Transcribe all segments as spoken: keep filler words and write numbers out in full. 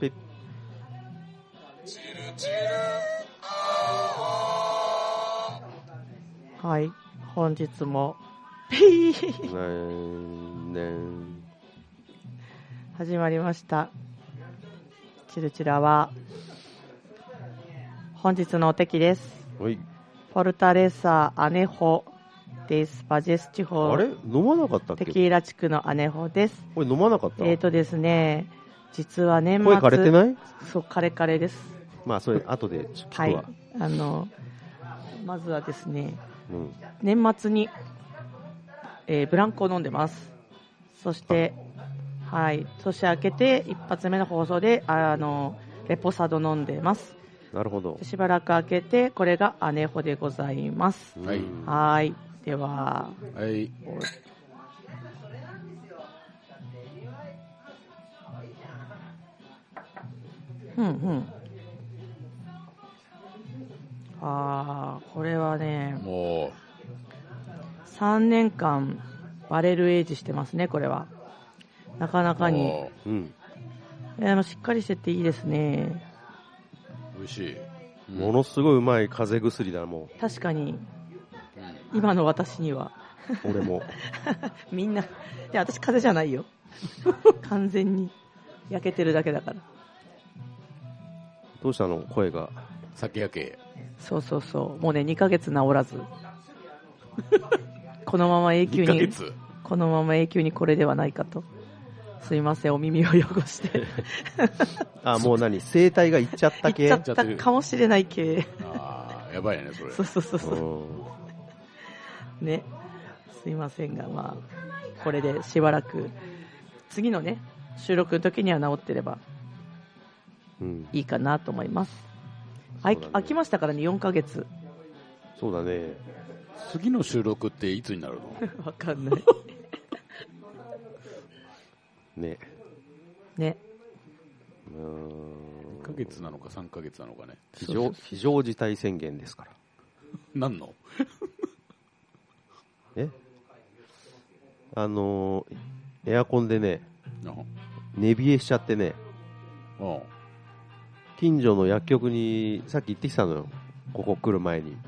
ペッはい、本日もピーねん始まりました。チルチラは本日のお敵です。 はい。 フォルタレッサアネホです。バジェス地方。 あれ飲まなかったっけ？ テキーラ地区のアネホです。 これ飲まなかった？ えーとですね、実は年末。 声枯れてない？ そう、枯れ枯れです。まあ、それ後で聞くわ。 はい。あの、まずはですね、 うん、 年末に、えー、ブランコを飲んでます。そして、はい、年明けて一発目の放送で、あの、レポサド飲んでます。 なるほど。 しばらく空けて、これがアネホでございます。 はい。 はい。では、 はい。 うんうん。あー、これはね、 もうさんねんかんバレルエイジしてますね、これは。なかなかに。 うん。 あのしっかりしてていいですね。 美味しい。 うん、ものすごいうまい風邪薬だもん。 確かに。うん、今の私には。 俺も。 みんな。いや、私風邪じゃないよ。完全に焼けてるだけだから。 どうしたの？声が。 酒焼け。 そうそうそう。もうね、にかげつ治らず。このまま永久に、このまま永久にこれではないかと。すいません、お耳を汚して。 あ、もう何？声帯がいっちゃった系？ いっちゃったかもしれない系。 ああ、やばいね、それ。 そうそうそうそう。ね。すいませんが、まあ、これでしばらく、次のね、収録の時には治ってれば、いいかなと思います。うん、ね、飽きましたからね、よんかげつ。 そうだね。 次の収録っていつになるの？ わかんない。 ね。 ね。 うーん。 いっかげつなのかさんかげつなのかね。 非常、非常事態宣言ですから。 何の？ えあのー、エアコンでね、寝冷えしちゃってね、近所の薬局にさっき行ってきたのよ、ここ来る前に。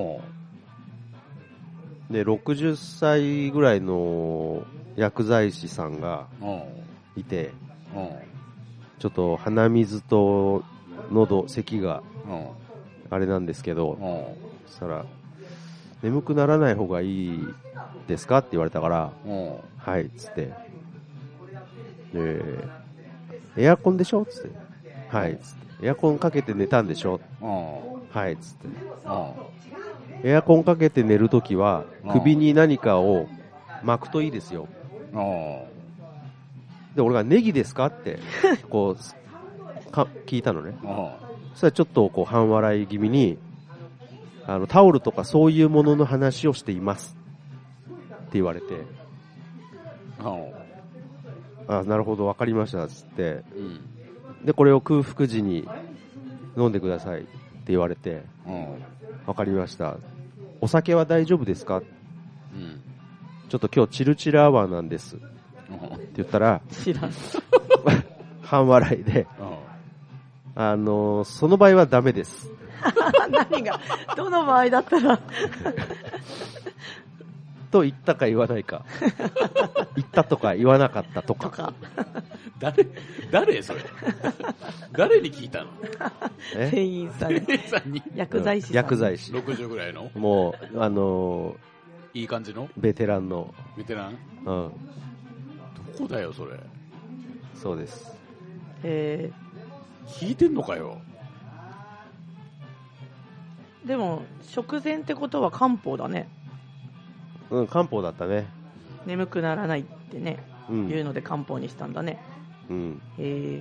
で、ろくじゅっさいぐらいの薬剤師さんがいて、ちょっと鼻水と喉、咳があれなんですけど、そしたら、眠くならない方がいいですかって言われたから、はいっつって、で、エアコンでしょっつって、はいっつって、エアコンかけて寝たんでしょ、はいっつって、エアコンかけて寝るときは首に何かを巻くといいですよ。で、俺がネギですかってこうか聞いたのね。そしたらちょっとこう半笑い気味に、あのタオルとかそういうものの話をしていますって言われて、あ、なるほど、わかりましたっつって、でこれを空腹時に飲んでくださいって言われて、わかりました。お酒は大丈夫ですか？うん、ちょっと今日チルチルアワーなんです、うん、って言ったら、 知らん半笑いで、あのー、その場合はダメです。 何がどの場合だったらと言ったか言わないか、言ったとか言わなかったとか。とか誰誰それ誰に聞いたの？ 店員さん、 店員さんに。 薬剤師さん、 薬剤師ろくじゅうぐらいの、 もうあのー、いい感じのベテランのベテラン、うん、 どこだよそれ。 そうです。 えー、聞いてんのかよ。 でも食前ってことは漢方だね。 うん、漢方だったね。 眠くならないってね、 うん、 いうので漢方にしたんだね。 うん。 へえ。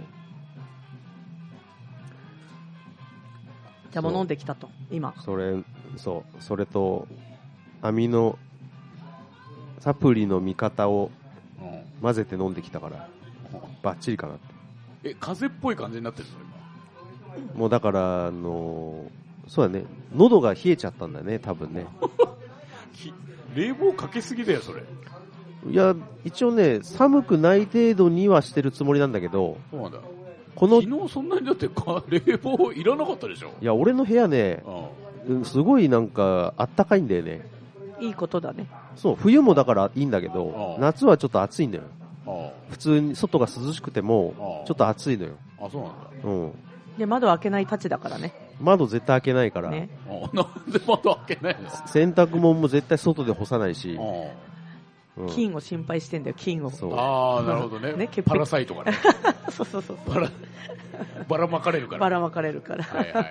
じゃあもう飲んできたと今。 それ、そうそれとアミノサプリの見方を混ぜて飲んできたから、うん、バッチリかなって。 え、風邪っぽい感じになってるの今。 もうだからあのー、そうだね、喉が冷えちゃったんだね多分ね。 冷房かけすぎだよそれ。 いや、一応ね、寒くない程度にはしてるつもりなんだけど、 そうなんだ。 この昨日そんなにだって冷房いらなかったでしょ。 いや俺の部屋ね、うん、すごいなんかあったかいんだよね。 いいことだね。 そう冬もだからいいんだけど、夏はちょっと暑いんだよ。普通に外が涼しくてもちょっと暑いのよ。 あ、そうなんだ。 うん。 で窓開けないたちだからね。 窓絶対開けないから。 ね。なんで窓開けないの？ 洗濯物も絶対外で干さないし。 うん、菌を心配してんだよ、菌を。 ああ、なるほどね。ね、パラサイトがね。 そうそうそう。 ばら、ばらまかれるから。 ばらまかれるから。 はいはいはい。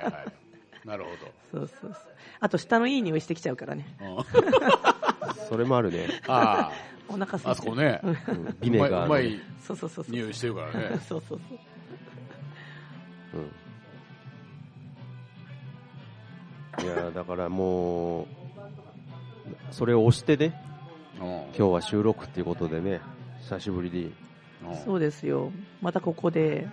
なるほど。 そうそうそう。あと、下のいい匂いしてきちゃうからね。 それもあるね。 ああ。 お腹すいて。 あそこね。 ビネガー。 うまいそうそうそう。 匂いしてるからね。 そうそうそう。 うん。いや、だからもう、それを押してね。今日は収録っていうことでね、久しぶりに。 そうですよ。またここで、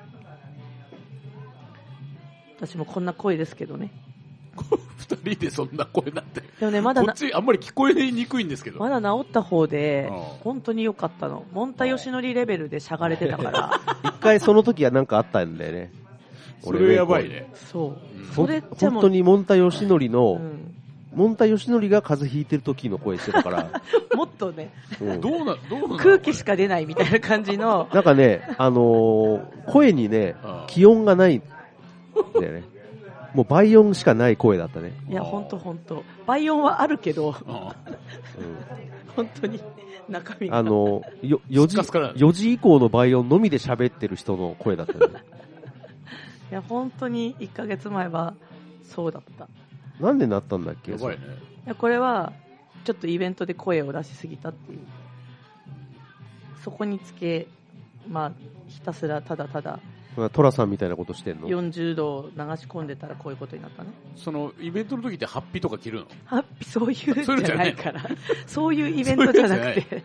私もこんな声ですけどね。 二人でそんな声なんて。 でもね、まだこっちあんまり聞こえにくいんですけど。 まだ治った方で、本当に良かったの。モンタヨシノリレベルでしゃがれてたから。 一回その時はなんかあったんだよね。 それやばいね。 そう。 それ本当にモンタヨシノリの、うんモンタヨシノリが風邪ひいてる時の声してたから。 もっとね、 うん、どうな、どうな空気しか出ないみたいな感じの。 なんかね、あのー、声にね、気温がないんだよね。もう倍音しかない声だったね。 いや、ほんとほんと。倍音はあるけど、うん、本当に中身が。 あのー、よ、よじ、よじ以降の倍音のみで喋ってる人の声だったね。 いや、本当にいっかげつまえはそうだった。 なんでなったんだっけ？ やばいね。 いやこれはちょっとイベントで声を出しすぎたっていう。そこにつけ、まあひたすらただただ。 トラさんみたいなことしてんの？ よんじゅうどを流し込んでたらこういうことになったね。 そのイベントの時ってハッピーとか着るの？ ハッピーそういうじゃないから。そういうイベントじゃなくて。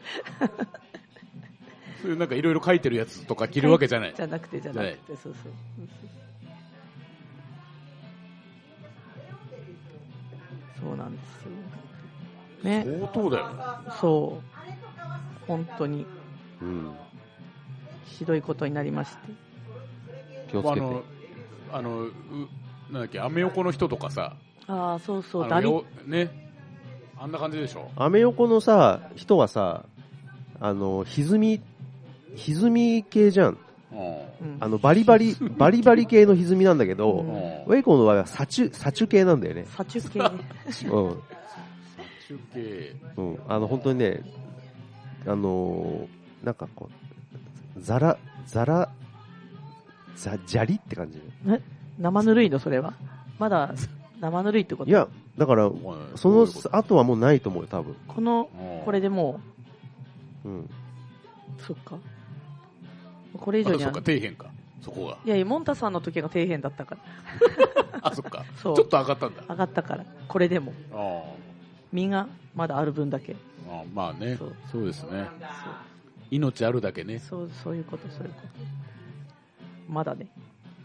そういうなんかいろいろ書いてるやつとか着るわけじゃない。 じゃなくてじゃなくてそうそう。そうなんですよ。ね。 相当だよ。 そう。本当に。 うん。 ひどいことになりまして。 気をつけて。 あの、あのうなんだっけ、アメ横の人とかさ。 ああ、そうそう、ダリね。あんな感じでしょ。 アメ横のさ、人はさ、あの、歪み、歪み系じゃん。うん、あのバリバリバリバリ系の歪みなんだけど、うん、ウェイコの場合はサチュサチュ系なんだよね。 サチュ系。うん。 サチュ系。 うん。あの本当にね、あのー、なんかこうザラザラザ砂利って感じ。 え、生ぬるいのそれは。まだ生ぬるいってこと？ いやだからその後はもうないと思うよ多分。 このこれでもう。うん。 そっか。これ以上にあ、そっか、底辺か、そこが。 いやいや、モンタさんの時が底辺だったから。 あ、そっか。そう。ちょっと上がったんだ。 上がったから、これでも。 あ身がまだある分だけ。 あ、まあね。そう、そうですね。命あるだけね。 そう、そういうこと、そういうこと。まだね。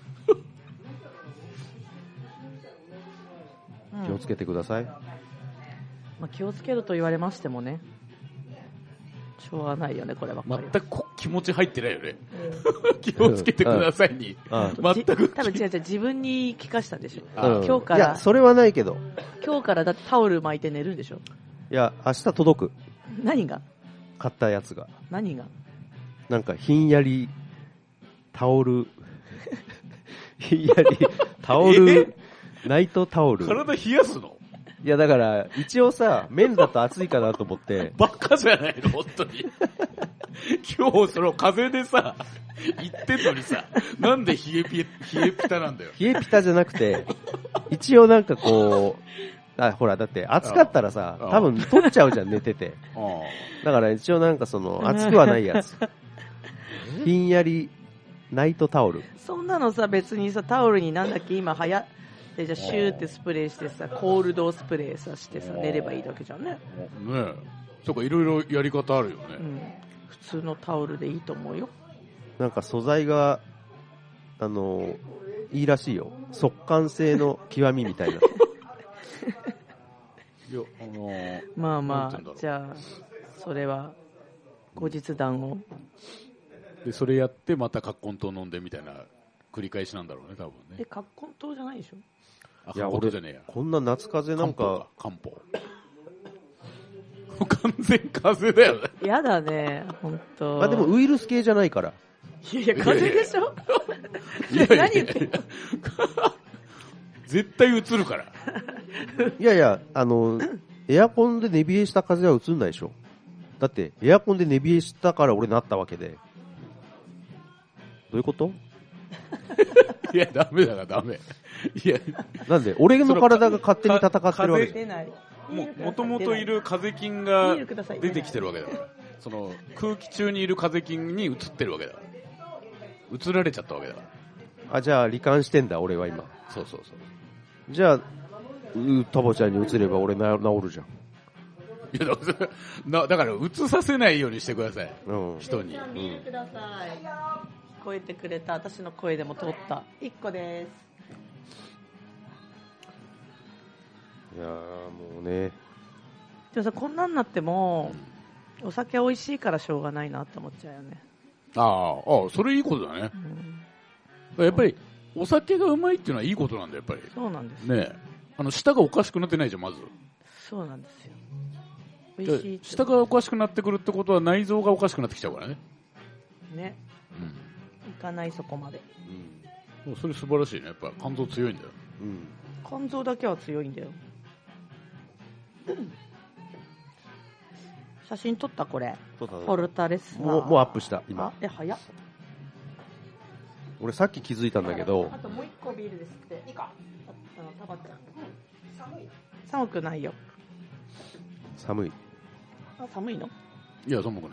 気をつけてください。 まあ、気をつけると言われましてもね。しょうがないよね、こればっかり。 全く気持ち入ってないよね。うん、気をつけてくださいに。 うん、全く。多分違う違う、自分に聞かしたんでしょ。うん、今日から。いや、それはないけど。 今日からだってタオル巻いて寝るんでしょ。 いや、明日届く。 何が？ 買ったやつが。 何が？ なんか、ひんやり、タオル、ひんやり、タオル、ナイトタオル。 体冷やすの？ いやだから一応さ綿だと暑いかなと思ってバカじゃないの本当に今日その風でさ言ってんのにさなんで冷えピ冷えピタなんだよ。 冷えピタじゃなくて一応なんかこうあほらだって暑かったらさ多分取っちゃうじゃん寝ててだから一応なんかその暑くはないやつひんやりナイトタオル。 そんなのさ別にさタオルになんだっけ今はやでじゃあシューってスプレーしてさコールドスプレーさしてさ寝ればいいだけじゃんね。ねえ、そうかいろいろやり方あるよね、 うん。普通のタオルでいいと思うよ。 なんか素材があのいいらしいよ。速乾性の極みみたいな。いやあのー、 まあまあじゃあそれは後日談を。 でそれやってまたカッコン糖飲んでみたいな。 繰り返しなんだろうね、多分ね。 え、葛根湯じゃないでしょ。 あ、 いや、 俺じゃねえや。 こんな夏風なんか。 漢方。完全風邪だよね。 やだね、ほんと。 あ、でもウイルス系じゃないから。 いやいや、風邪でしょいやいや何言ってんの絶対映るから。 いやいや、あの、エアコンで寝冷えした風は映んないでしょ。だって、エアコンで寝冷えしたから俺なったわけで。どういうこと？ いや、ダメだからダメ。いや、 なんで俺の体が勝手に戦ってるわけじゃん。 出ない。 ももともといる風菌が出てきてるわけだから。その空気中にいる風菌に移ってるわけだから。移られちゃったわけだから。 あ、じゃあ罹患してんだ俺は今。 そうそうそう。 じゃあ、タボちゃんに移れば俺な治るじゃん。 いやだからなだから移させないようにしてください。うん、人に。 見てください。聞こえてくれた。私の声でも通った。一個です。 いやーもうね。 でもさ、こんなになっても、うん、お酒美味しいからしょうがないなって思っちゃうよね。 ああ、ああ、それいいことだね。うん、やっぱりお酒がうまいっていうのはいいことなんだよ、やっぱり。 そうなんですよ。ねえ、あの舌がおかしくなってないじゃん、まず。 そうなんですよ。美味しい。 舌がおかしくなってくるってことは内臓がおかしくなってきちゃうからね。 ね。うん。いかないそこまで。 うん。それ素晴らしいね。やっぱ肝臓強いんだよ。 うん。肝臓だけは強いんだよ。写真撮ったこれ。撮った。フォルタレスナー。 もう、もうアップした今。 え、早っ。 俺さっき気づいたんだけど。 あともう一個ビールですって。いいか。あのタバちゃん。寒い。寒くないよ。 寒い。 あ、寒いの？ いや、寒くない。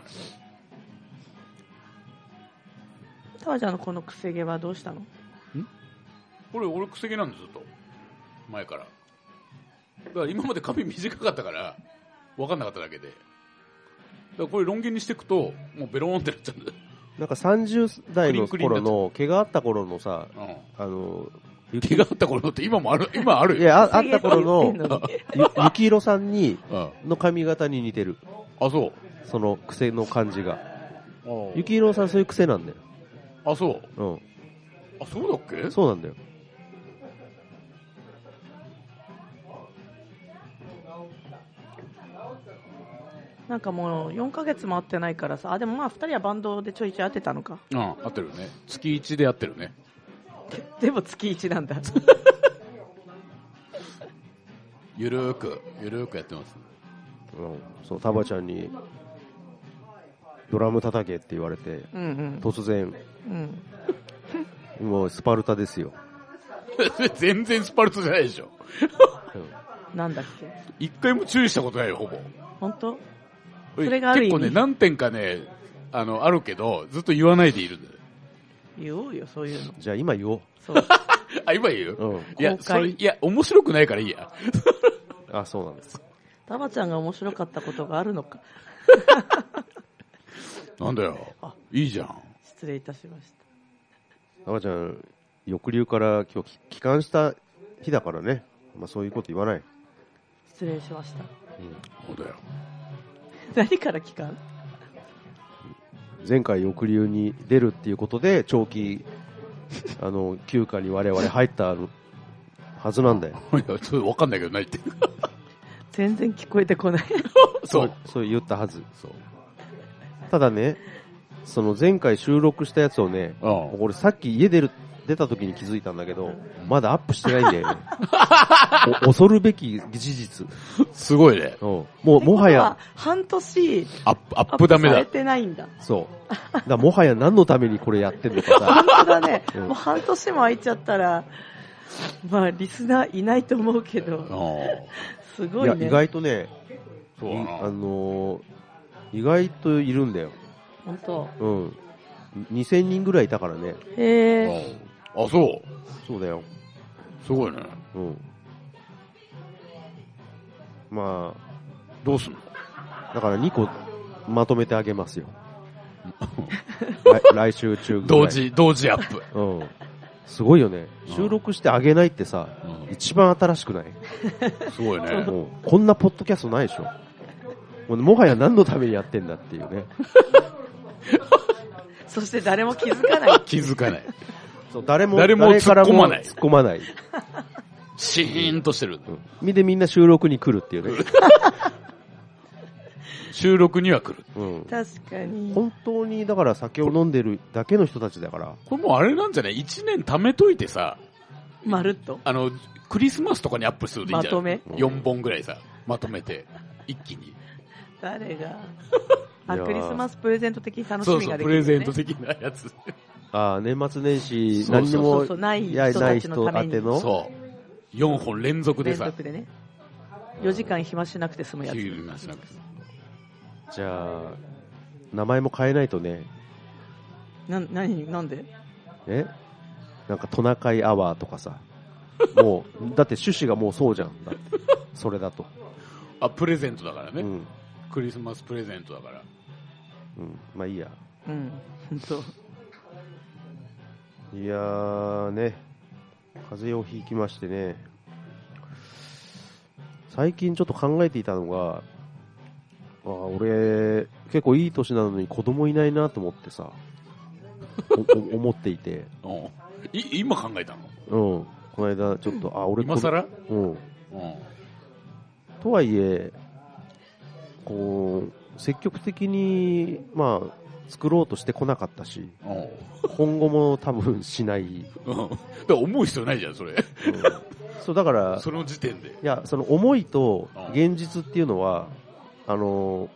タバちゃんのこのくせ毛はどうしたの？ん？ これ俺くせ毛なんですずっと。前から。だから今まで髪短かったから分かんなかっただけで。だからこれロン毛にしていくともうベローンってなっちゃうんだよ。 なんかさんじゅう代の頃の毛があった頃のさ、うん、あの毛があった頃のって今もある今あるよ。 いや あ, あった頃の雪色さんにの髪型に似てる。 あ、そう。 その癖の感じが。雪色さんそういう癖なんだよ。 あ、そう。 うん。 あ、そうだっけ？ そうなんだよ。 なんかもうよんかげつも会ってないからさ、あ、でもまあふたりはバンドでちょいちょい会ってたのか。 うん、会ってるね。月いちで会ってるね。 でも月いちなんだ。 ゆるーく、ゆるーくやってます。 うん、そう、タバちゃんにドラム叩けって言われて、うんうん、突然、うん、もうスパルタですよ。 全然スパルタじゃないでしょ。 うん、なんだっけ？ 一回も注意したことないよ、ほぼ。 本当？それがある意味結構ね、何点かね、あの、あるけど、ずっと言わないでいるんだよ。 言おうよ、そういうの。 じゃあ今言おう。 そう。 あ、今言う？ うん。 いや、それ、いや、面白くないからいいや。 あ、そうなんです。 タバちゃんが面白かったことがあるのか。 なんだよ。いいじゃん。 失礼いたしました。 タバちゃん、抑留から今日帰還した日だからね。まあそういうこと言わない。 失礼しました。 うん。そうだよ。 何から帰還？ 前回抑留に出るっていうことで長期あの休暇に我々入ったはずなんだよ。 いや、ちょっと分かんないけど何言って全然聞こえてこない。 そうそう言ったはず。そう。ただね、その前回収録したやつをね、俺さっき家出る出た時に気づいたんだけど、まだアップしてないんだよね。恐るべき事実。 すごいね。 うん、もうもはや半年アップアップダメだ。 されてないんだ。 そう。だからもはや何のためにこれやってんのかさ。 本当だね。うん、もう半年も空いちゃったら、まあリスナーいないと思うけど、すごいね。 いや意外とね、 そうだな。 あのー、意外といるんだよ。 本当。 うん。にせんにんぐらいいたからね。 へえ。 あ、そう。 そうだよ。 すごいね。 うん。まあ、 どうすんの？ だからにこまとめてあげますよ。来, 来週中ぐらい。 同時、同時アップ。 うん。すごいよね。収録してあげないってさ、うん、一番新しくない？ すごいね。 うん。こんなポッドキャストないでしょ。も, もはや何のためにやってんだっていうね。 そして誰も気づかない。 気づかない。 そう、誰も、 誰も誰からも突っ込まない突っ込まない。 シーンとしてる。 うん。みでみんな収録に来るっていうね。 収録には来る。 うん。 確かに。 本当に、だから酒を飲んでるだけの人たちだから。 これもうあれなんじゃない？一年貯めといてさ、 まるっと。 あの、クリスマスとかにアップするといいんじゃない？ まとめよん 本ぐらいさ、まとめて、一気に。 誰が。あ、クリスマスプレゼント的に楽しみができる、ね。 そうそう、プレゼント的なやつ。 ああ、年末年始、 そうそう何にも、 そうそうない人たちのために。 のそう。よんほん連続でさ。 連続でね。よじかん暇しなくて済むやつ。 暇しなくて。 じゃあ、名前も変えないとね。 な、なに、なんで？ えなんかトナカイアワーとかさ。もう、だって趣旨がもうそうじゃん。だってそれだと。 あ、プレゼントだからね。 うん。 クリスマスプレゼントだから。 うん。まあいいや。 うん。本当。 いやーね、風邪をひきましてね。最近ちょっと考えていたのが、あ俺、結構いい年なのに子供いないなと思ってさ、お思っていて。 うんい今考えたの？ うん。この間ちょっと、あ、俺今更？ うん。うん。とはいえ、こう、積極的に、まあ、作ろうとしてこなかったし、今後も多分しない。 うん。だから思う必要ないじゃん、それ。うん、 そう、だから、 その時点で。 いや、その思いと現実っていうのは、あの、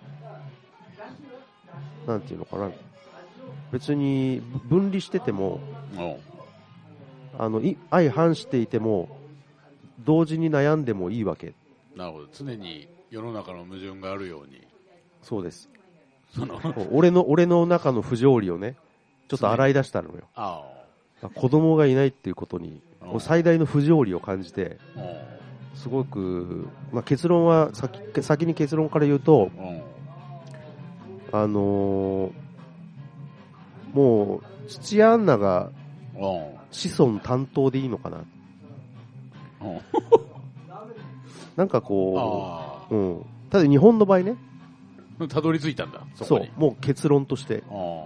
なんていうのかな。別に分離してても、あの、相反していても、同時に悩んでもいいわけ。 なるほど。常に世の中の矛盾があるように。 そうです。 その俺の、俺の中の不条理をね、ちょっと洗い出したのよ。ああ子供がいないっていうことに、最大の不条理を感じて、すごく、まあ、結論は先、先に結論から言うと、あのー、もう、土屋アンナが子孫担当でいいのかな。なんかこう、うん。ただ日本の場合ね、 たどり着いたんだ。そそう、もう結論として。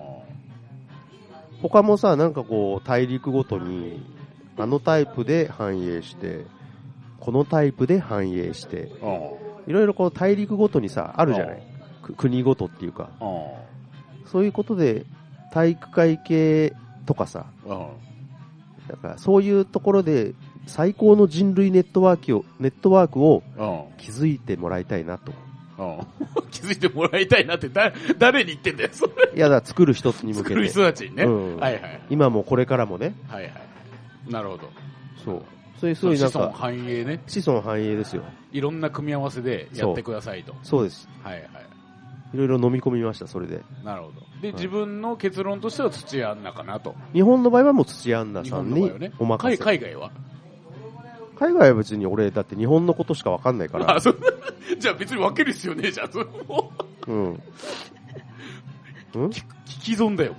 他もさ、なんかこう、大陸ごとに、あのタイプで繁栄して、このタイプで繁栄して、いろいろこう大陸ごとにさ、あるじゃない。国ごとっていうか。そういうことで、体育会系とかさ、だからそういうところで、最高の人類ネットワークを、ネットワークを築いてもらいたいなと。 気づいてもらいたいなってだ誰に言ってんだよ、それ。 いやだ、作る人に向けて。 作る人たちにね。うん、 はいはい。今もこれからもね。 はいはい。なるほど。 そう。そういう、そういうなんか。 子孫繁栄ね。 子孫繁栄ですよ。 いろんな組み合わせでやってくださいと。 そう、そうです。 はいはい。 いろいろ飲み込みました、それで。 なるほど。で、はい、自分の結論としては土屋アンナかなと。 日本の場合はもう土屋アンナさんにお任せ。 ね、海外は海外は別に俺、だって日本のことしかわかんないから。 あ、そうじゃあ別に分ける必要ねえじゃん、それも。うん。うん、聞き損だよ、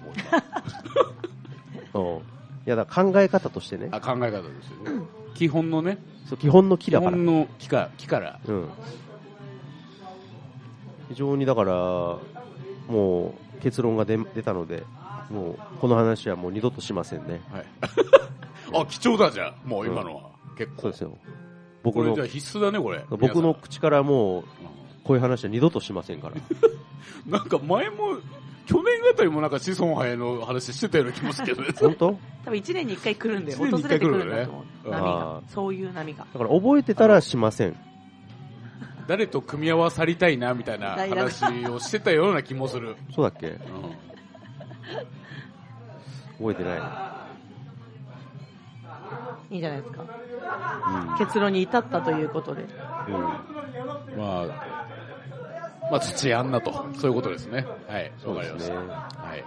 もう。うん。いや、だから考え方としてね。 あ、考え方としてね。基本のね。 そう、基本の木だから。 基本の木か、木から。 うん。非常にだから、もう結論が出、出たので、もうこの話はもう二度としませんね。はい。 あ、貴重だじゃん、もう今のは。うん結構そうですよ。僕のこれじゃあ必須だねこれ。 僕の口からもうこういう話は二度としませんから。 なんか前も去年あたりもなんか子孫繁栄の話してたような気もするけどね。 本当？ 多分一年に一回来るんで訪れてくるんだと思う。波がそういう波が。 だから覚えてたらしません。 誰と組み合わさりたいなみたいな話をしてたような気もする。 そうだっけ？うん、覚えてない。 いいんじゃないですか、うん、結論に至ったということで、うん、 まあまあ土屋アンナとそういうことですね。はい、わかりました。はい。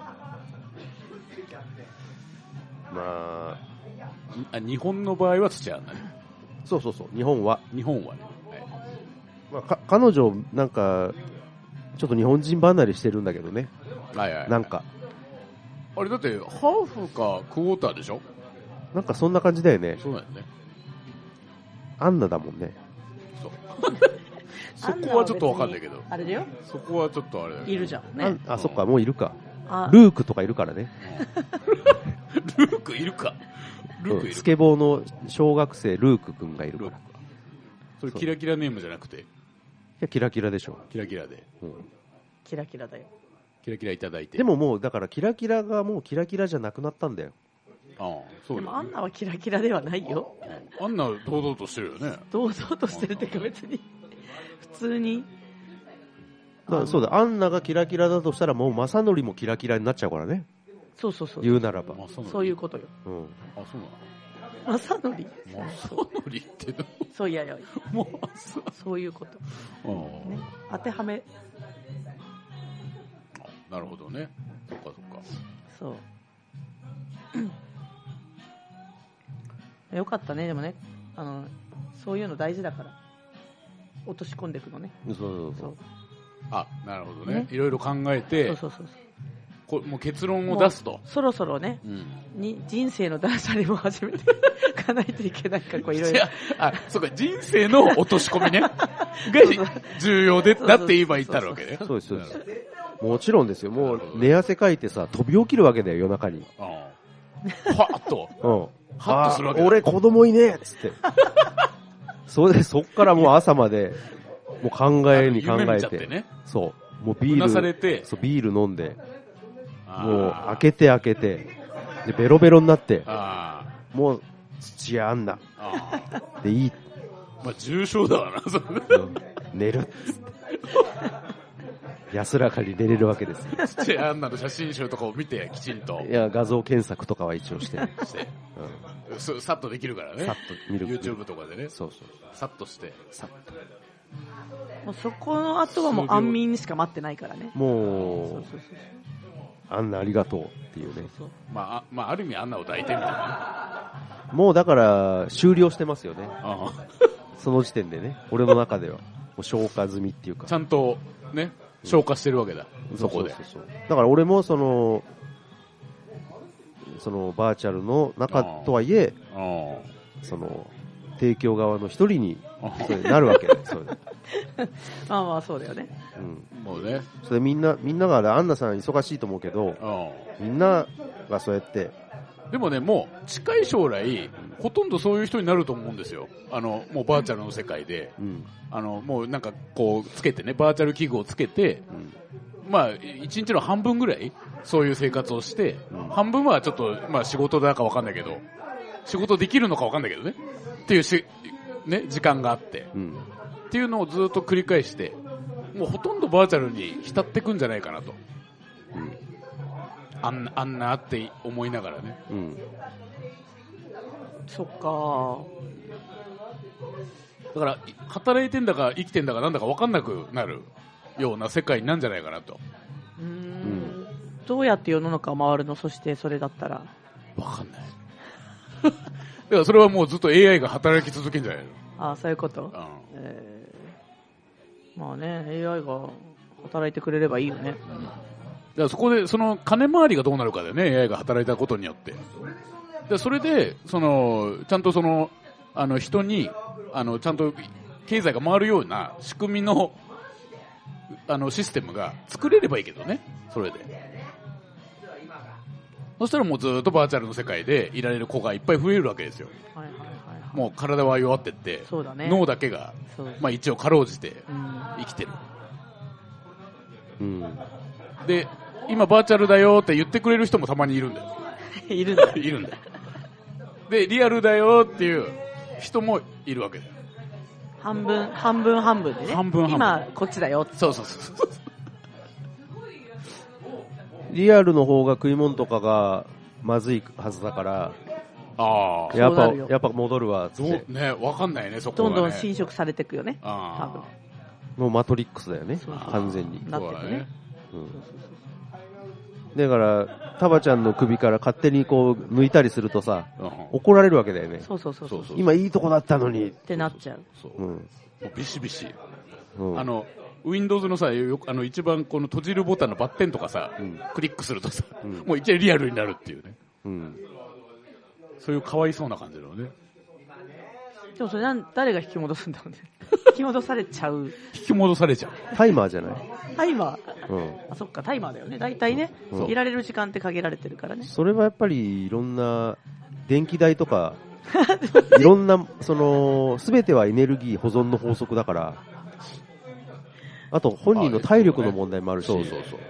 まあ日本の場合は土屋アンナね。 そうそうそう、日本は日本はね、はい。 まあ、か彼女なんかちょっと日本人離れしてるんだけどね。 はいはい。 なんかあれだってハーフかクォーターでしょ。 なんかそんな感じだよね。 そうだよね。 アンナだもんね。 そう。そこはちょっとわかんないけど。 あれだよ。 そこはちょっとあれだよ。 いるじゃんね。 あ、あ、そっか、もういるか。ルークとかいるからね。 ルークいるか。ルークいるか。 スケボーの小学生ルーク君がいるから。 それキラキラネームじゃなくて。いや、キラキラでしょ。 キラキラで。 うん、キラキラだよ。 キラキラいただいて。 でももう、だからキラキラがもうキラキラじゃなくなったんだよ。 ああ、そうだね。 でもアンナはキラキラではないよ。 アンナは堂々としてるよね。 堂々としてるってか別に、普通に。 だそうだ、アンナがキラキラだとしたらもう正則もキラキラになっちゃうからね。 そうそうそう。 言うならば。 そういうことよ。 うん。 あ、そうなの正則正則ってどうそういやいやもうそういうこと、ね、当てはめなるほどね。そっかそっか。 そうよかったね。でもね、あのそういうの大事だから落とし込んでいくのね。 そうそうそう。 あ、なるほどね。ねいろいろ考えてそうそうそうそうこもう結論を出すとそろそろね、うん、に人生の断捨離も始めていかないといけないからこういろいろあ、そうか人生の落とし込みねが重要でだって今言ったわけね。 そうですそうです。もちろんですよ。もう寝汗かいてさ飛び起きるわけだよ夜中に。 ああはっと、うん、はっとするわけだ。 俺子供いねえっつって。それでそっからもう朝までもう考えに考えて、 ね、 そうもうビールされてそうビール飲んで。もう開けて開けてでベロベロになってもう土屋アンナでいい。 まあ重症だわなそれ、うん、 寝るっつって安らかに寝れるわけです。 土屋アンナの写真集とかを見てきちんといや画像検索とかは一応してして、 うん、さっとできるからね。 さっと見る YouTube とかでね。 そうそうさっとしてさっともうそこの後はもう安眠にしか待ってないからね。 もうそうそうそうアンナありがとうっていうね。 そうまあ、あまあ、ある意味アンナを抱いてみたいな。 もうだから終了してますよね。ああその時点でね、俺の中ではもう消化済みっていうか。 ちゃんとね、消化してるわけだ。うん、そこで。そうそうそうだから俺もそのそのバーチャルの中とはいえ、ああその提供側の一人にそれなるわけだよ。それでまあまあそうだよね。 うん、もうね。 それみんなみんながアンナさん忙しいと思うけど、みんながそうやって。 でもね、もう近い将来、ほとんどそういう人になると思うんですよ。あのもうバーチャルの世界で、うん、あのもうなんかこうつけてね、バーチャル器具をつけて、うん、まあ一日の半分ぐらいそういう生活をして、うん、半分はちょっとまあ仕事だかわかんないけど、仕事できるのかわかんないけどね。っていうしね時間があって。うん、っていうのをずっと繰り返してもうほとんどバーチャルに浸ってくんじゃないかなと、うん、あんなあんなって思いながらね、うん、 そっかだから働いてんだか生きてんだかなんだか分かんなくなるような世界なんじゃないかなと。 うーん、うん、どうやって世の中回るの？そしてそれだったら分かんないだからそれはもうずっと エーアイ が働き続けるんじゃないの？ ああそういうこと、うんえー、まあね エーアイ が働いてくれればいいよね、うん、だからそこでその金回りがどうなるかだよね エーアイ が働いたことによって。でそれでそのちゃんとそのあの人にあのちゃんと経済が回るような仕組みのあのシステムが作れればいいけどね。それでそしたらもうずっとバーチャルの世界でいられる子がいっぱい増えるわけですよ、はいはいはいはい、もう体は弱ってって、 そうだね、 脳だけが、まあ、一応かろうじて生きてる、うん、で今バーチャルだよって言ってくれる人もたまにいるんだよいるんだいるんだよでリアルだよっていう人もいるわけだよ。 半分半分半分でね。 半分半分今こっちだよって。 そうそうそうそうリアルの方が食い物とかがまずいはずだから、ああ、やっぱやっぱ戻るわっつってね、わかんないねそこはね。 どんどん侵食されていくよね。あ多分もうマトリックスだよね。そうそう完全に。 なってるね。うん。 だからタバちゃんの首から勝手にこう抜いたりするとさ、うん、怒られるわけだよね。 そうそうそうそう。 今いいとこだったのにってなっちゃう。 そうそう。うん。もうビシビシ。うん、あの。Windows のさ、よくあの一番この閉じるボタンのバッテンとかさ、うん、クリックするとさ、うん、もういきなりリアルになるっていうね、うん、そういうかわいそうな感じだよね。 でもそれなん誰が引き戻すんだろうね引き戻されちゃう引き戻されちゃうタイマーじゃないタイマーうん、あそっかタイマーだよね大体ね、うん、いられる時間って限られてるからね。 それはやっぱりいろんな電気代とかいろんなその全てはエネルギー保存の法則だから、あと本人の体力の問題もあるし、そうそうそう 、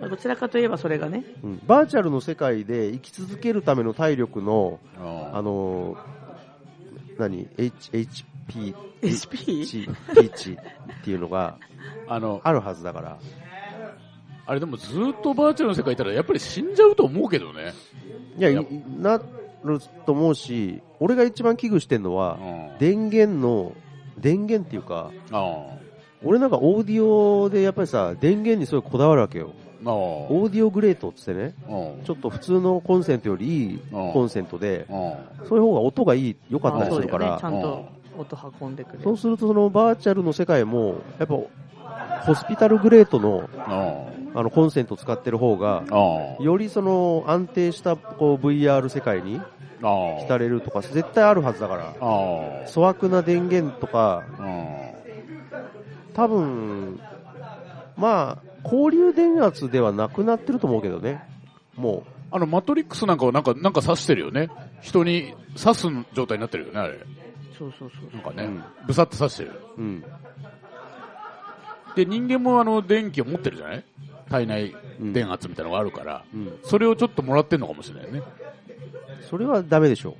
どちらかといえばそれがね、 うん、バーチャルの世界で生き続けるための体力のあの何 H HP エイチピー値っていうのがあのあるはずだから。 あれでもずっとバーチャルの世界いたらやっぱり死んじゃうと思うけどね。 いや、いなると思うし、俺が一番危惧してるのは、うん、電源の電源っていうか、俺なんかオーディオでやっぱりさ電源にすごいこだわるわけよ。オーディオグレートっつってね、ちょっと普通のコンセントよりいいコンセントで、そういう方が音がいい良かったりするから、 ね、ちゃんと音運んでくれる。 そうするとそのバーチャルの世界もやっぱホスピタルグレートのあのコンセント使ってる方がよりその安定したこう ブイアール 世界に浸れるとか絶対あるはずだから、粗悪な電源とか多分まあ交流電圧ではなくなってると思うけどね。もうあのマトリックスなんかはなんかなんか刺してるよね。人に刺す状態になってるよねあれ。 そうそうそう。 なんかね、うん、ブサッと刺してる。うん。で人間もあの電気を持ってるじゃない。体内電圧みたいなのがあるから、うん、それをちょっともらってんのかもしれないね。 それはダメでしょ。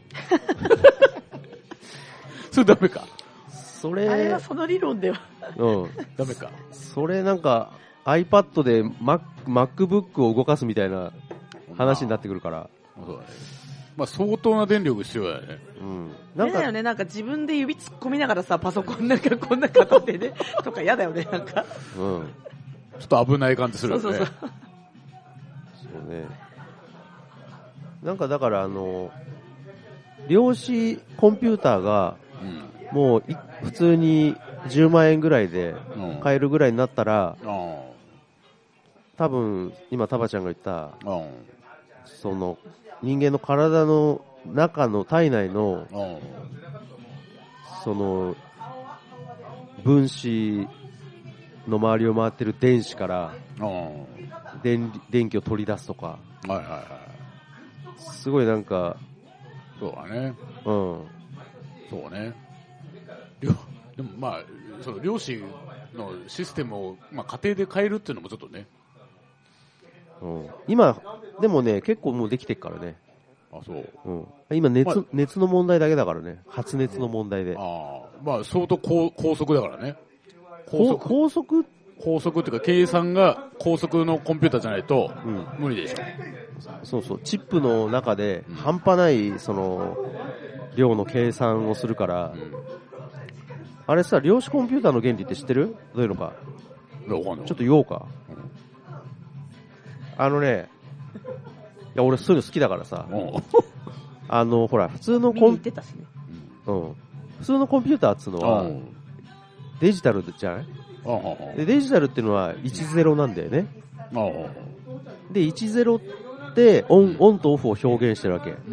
それダメか。 それあれはその理論では。 うん。 ダメか。 それなんか iPad で Mac MacBook を動かすみたいな話になってくるから。 まあ、そうだね。まあ相当な電力必要だよね。 うん。なんかだよね、なんか自分で指突っ込みながらさ、パソコンなんかこんな片手でとか嫌だよね、なんか。うん。 ちょっと危ない感じするよね。そうそうそう。 そうね。なんかだからあの、量子コンピューターが、うん、もう普通にじゅうまんえんぐらいで買えるぐらいになったら、うん、多分今タバちゃんが言った、うん、その人間の体の中の体内の、うん、その分子の周りを回ってる電子から、うん、電, 電気を取り出すとか、はいはいはい、すごいなんかそうだね、うん、そうね。でもまあその量子のシステムを、まあ、家庭で変えるっていうのもちょっとね、 うん、今でもね結構もうできてるからね。 あ、そう、 うん、今 熱,、まあ、熱の問題だけだからね。発熱の問題で、 あ、まあ相当高速だからね。 高速高速高速っていうか計算が高速のコンピューターじゃないと無理でしょ、 うん、そうそう、チップの中で半端ないその量の計算をするから、うん、あれさ、量子コンピューターの原理って知ってる？どういうのか。 いや、わかんない。 ちょっと言おうか、うん、あのね、いや俺そういうの好きだからさあのほら普通のコン、ね、うん、普通のコンピューターっつうのはデジタルじゃない？でデジタルっていうのはいちゼロなんだよね。でいちゼロってオン、オンとオフを表現してるわけ、うん、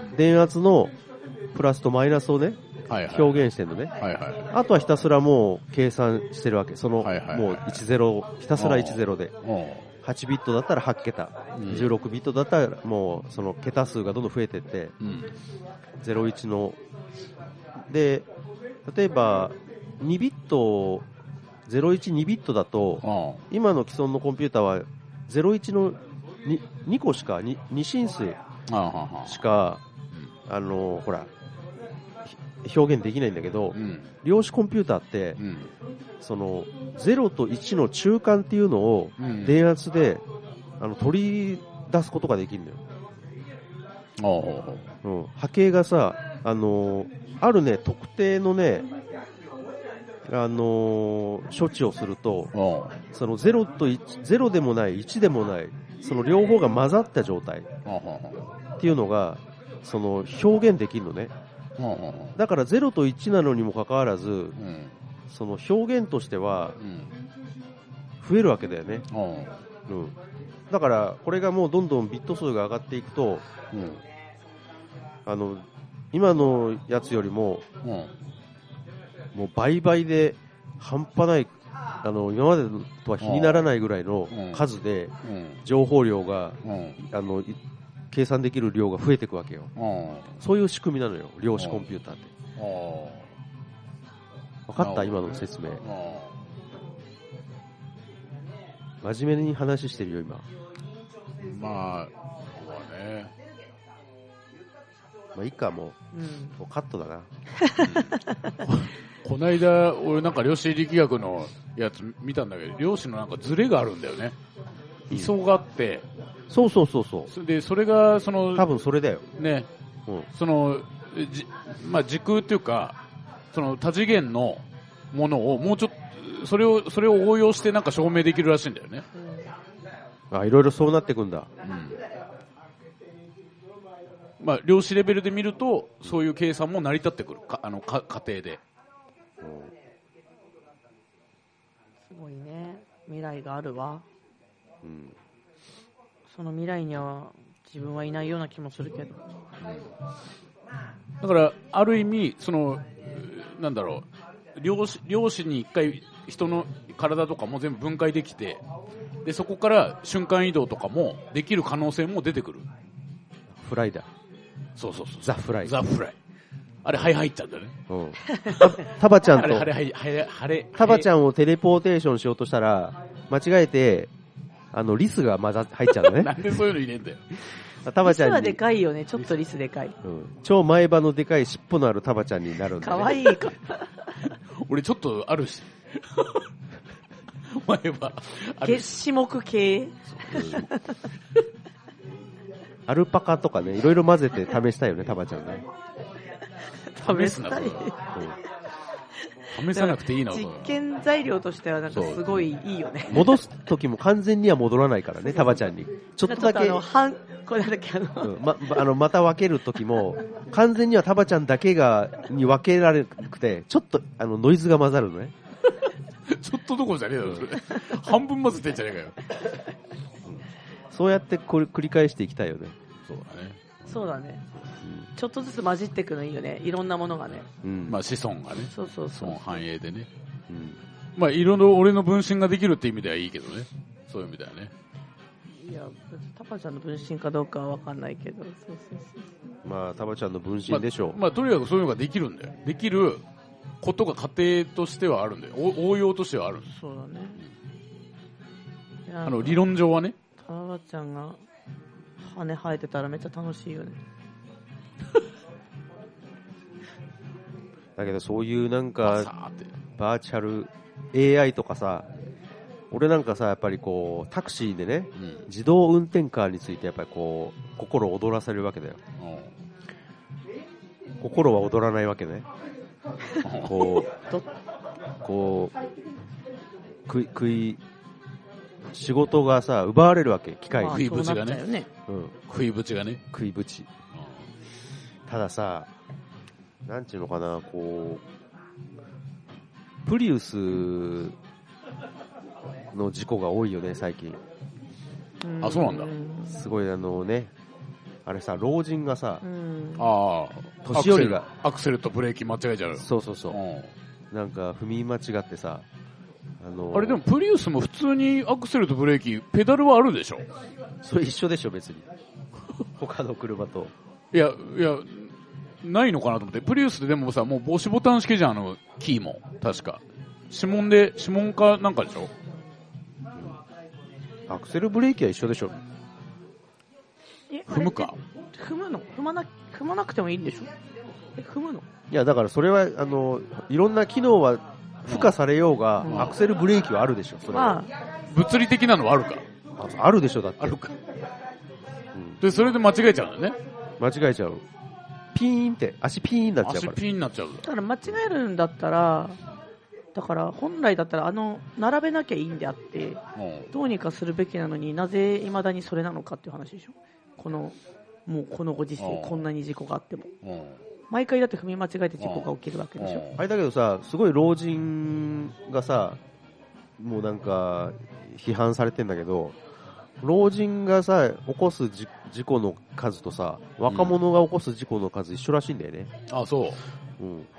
電圧のプラスとマイナスをね、はいはい、表現してるのね、はいはい、あとはひたすらもう計算してるわけ。その、はいはいはい、もういちゼロひたすらいちゼロではちビットだったらはち桁、うん、じゅうろくビットだったらもうその桁数がどんどん増えていって、うん、ゼロいちので例えばにビットゼロいちにビットだと今の既存のコンピューターはゼロいちの 2, に個しか 2, 2進数しかあのほら表現できないんだけど、うん、量子コンピューターって、うん、そのゼロといちの中間っていうのを電圧で、うん、あの取り出すことができるのよ、うん、波形がさ、あのー、あるね特定のね、あのー、処置をするとそのゼロといち、ゼロでもないいちでもないその両方が混ざった状態っていうのがその表現できるのね。だからゼロといちなのにもかかわらず、うん、その表現としては増えるわけだよね、うん、だからこれがもうどんどんビット数が上がっていくと、うん、あの今のやつよりも、うん、もう倍々で半端ないあの今までとは比にならないぐらいの数で情報量が、うん、あの計算できる量が増えていくわけよ、うん、そういう仕組みなのよ量子コンピューターって。分かった今の説明。真面目に話してるよ今。 まあそうだね。 まあいいかもう、うん、もうカットだな、 うん、こないだ俺なんか量子力学のやつ見たんだけど量子のなんかズレがあるんだよね、うん、位相があって、 そうそうそうそう、 それでそれがその多分それだよね、うん、そのじ、まあ、時空っていうかその多次元のものをもうちょっとそれをそれを応用してなんか証明できるらしいんだよね、 うん、あいろいろそうなってくんだ、うんまあ、量子レベルで見るとそういう計算も成り立ってくるかあのか過程で、うん、 すごいね未来があるわ、うん、その未来には自分はいないような気もするけど、うん、 だからある意味そのなんだろう量子、量子に一回人の体とかも全部分解できてでそこから瞬間移動とかもできる可能性も出てくる。 フライだ。 そうそうそう。 ザ・フライ。 ザ・フライ。あれ、ハイハイって言ったんだね。うん。 タバちゃんと、 あれ、あれ、あれ、あれ、 タバちゃんをテレポーテーションしようとしたら、間違えて、あの、リスが混ざ、入っちゃうのね。 なんでそういうの入れんだよ。 タバちゃんに。 リスはでかいよね。ちょっとリスでかい。 うん。超前歯のでかい尻尾のあるタバちゃんになるんだ、ね。 かわいいか。 俺ちょっとあるし。前歯。 月種目系。 アルパカとかね、いろいろ混ぜて試したいよね、タバちゃんね。 試すな、それ。試さなくていいな。 実験材料としてはなんかすごいいいよね。 戻す時も完全には戻らないからね、タバちゃんに。ちょっとだけ。あの、 半、これだけあの、 うん、ま、あの、また分ける時も、完全にはタバちゃんだけが、に分けられなくて、ちょっと、あの、ノイズが混ざるのね。 ちょっとどころじゃねえだろ、それ。半分混ぜてんじゃねえかよ。 そうやってこれ繰り返していきたいよね。 そうだね。 そうだね。うん、ちょっとずつ混じっていくのいいよね。いろんなものがね。 うん、まあ子孫がね。 そうそうそう。 子孫繁栄でね。うん、まあいろいろ俺の分身ができるって意味ではいいけどね。そういう意味ではね。 いや、タバちゃんの分身かどうかは分かんないけど。そうそうそう。まあタバちゃんの分身でしょう。 まあ、まあとにかくそういうのができるんだよ。できることが家庭としてはあるんだよ。応用としてはあるんだよ。 そうだね。 うん、あの理論上はね。 タバちゃんが羽生えてたらめっちゃ楽しいよね。 だけどそういうなんかバーチャル エーアイ とかさ、俺なんかさやっぱりこうタクシーでね、うん、自動運転カーについてやっぱりこう心躍らされるわけだよ。心は躍らないわけね。こうこう食い食い仕事がさ奪われるわけ、機械に。 食いぶちがね、ね、うん、食いぶちがね食いぶち。たださ、なんちゅうのかな、こうプリウスの事故が多いよね最近。 あ、そうなんだ。 すごいあのね、あれさ、老人がさ、 ああ、 年寄りがアクセルとブレーキ間違えちゃう。 そうそうそう、なんか踏み間違ってさ、 あのー、あれでもプリウスも普通にアクセルとブレーキペダルはあるでしょ。 それ一緒でしょ別に。他の車と。 いやいやないのかなと思って。プリウスででもさ、もう押しボタン式じゃん、あのキーも確か指紋で指紋かなんかでしょ。 アクセルブレーキは一緒でしょ。 踏むか。 踏むの踏まな踏まなくてもいいんでしょ。え踏むの。 いやだからそれはあのいろんな機能は付加されようが、うん、アクセルブレーキはあるでしょ。それは、まあ、 物理的なのはあるか。 あ、あるでしょだって。 あるか。うん、でそれで間違えちゃうんだよね。 間違えちゃう。ピーンって足ピーンになっちゃうから。 足ピーンになっちゃう。 だから間違えるんだったら、だから本来だったらあの並べなきゃいいんであって、うん、どうにかするべきなのになぜ未だにそれなのかっていう話でしょ。このもうこのご時世、こんなに事故があっても、毎回だって踏み間違えて事故が起きるわけでしょ。 あれだけどさ、すごい老人がさ、もうなんか批判されてんだけど、老人がさ起こす事故の数とさ、若者が起こす事故の数一緒らしいんだよね。 うん、あ、そう。うん。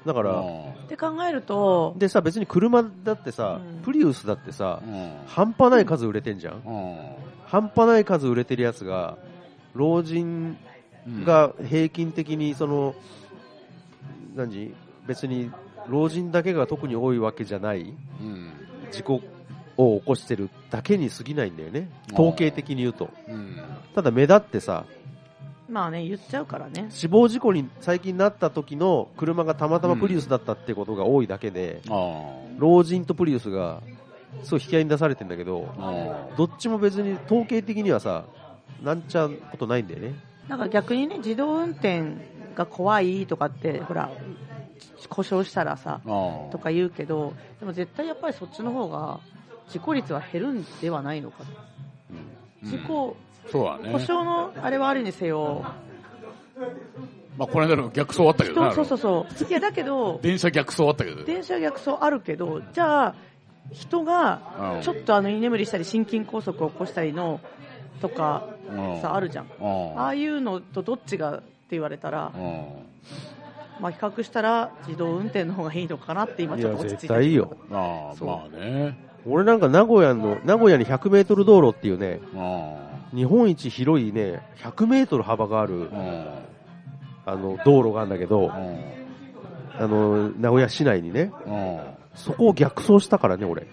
だからって考えるとでさ、別に車だってさ、うん、プリウスだってさ、うん、半端ない数売れてんじゃん、うん、半端ない数売れてるやつが老人が平均的にその、うん、何別に老人だけが特に多いわけじゃない、うん、事故を起こしてるだけに過ぎないんだよね、統計的に言うと、うん、ただ目立ってさ、 まあね、言っちゃうからね。 死亡事故に最近なった時の車がたまたまプリウスだったってことが多いだけで、うん、老人とプリウスがすごい引き合いに出されてんだけど、どっちも別に統計的にはさ、なんちゃうことないんだよね。 なんか逆にね、自動運転が怖いとかって、ほら、故障したらさ、とか言うけど、でも絶対やっぱりそっちの方が事故率は減るんではないのかと。うん、事故、 そうだね、 故障のあれはあるにせよ、 まあ、この間の逆走あったけどね。 そうそうそう。いやだけど電車逆走あったけど、 電車逆走あるけど、じゃあ人がちょっとあの居眠りしたり心筋梗塞を起こしたりのとかさあるじゃん。ああいうのとどっちがって言われたら、まあ比較したら自動運転の方がいいのかなって今ちょっと落ち着いてる。 いや絶対いいよ。 ああ、まあね。 俺なんか名古屋の名古屋にひゃくメートル道路っていうね、日本一広いねひゃくメートル幅があるあの道路があるんだけど、あの名古屋市内にね、そこを逆走したからね俺。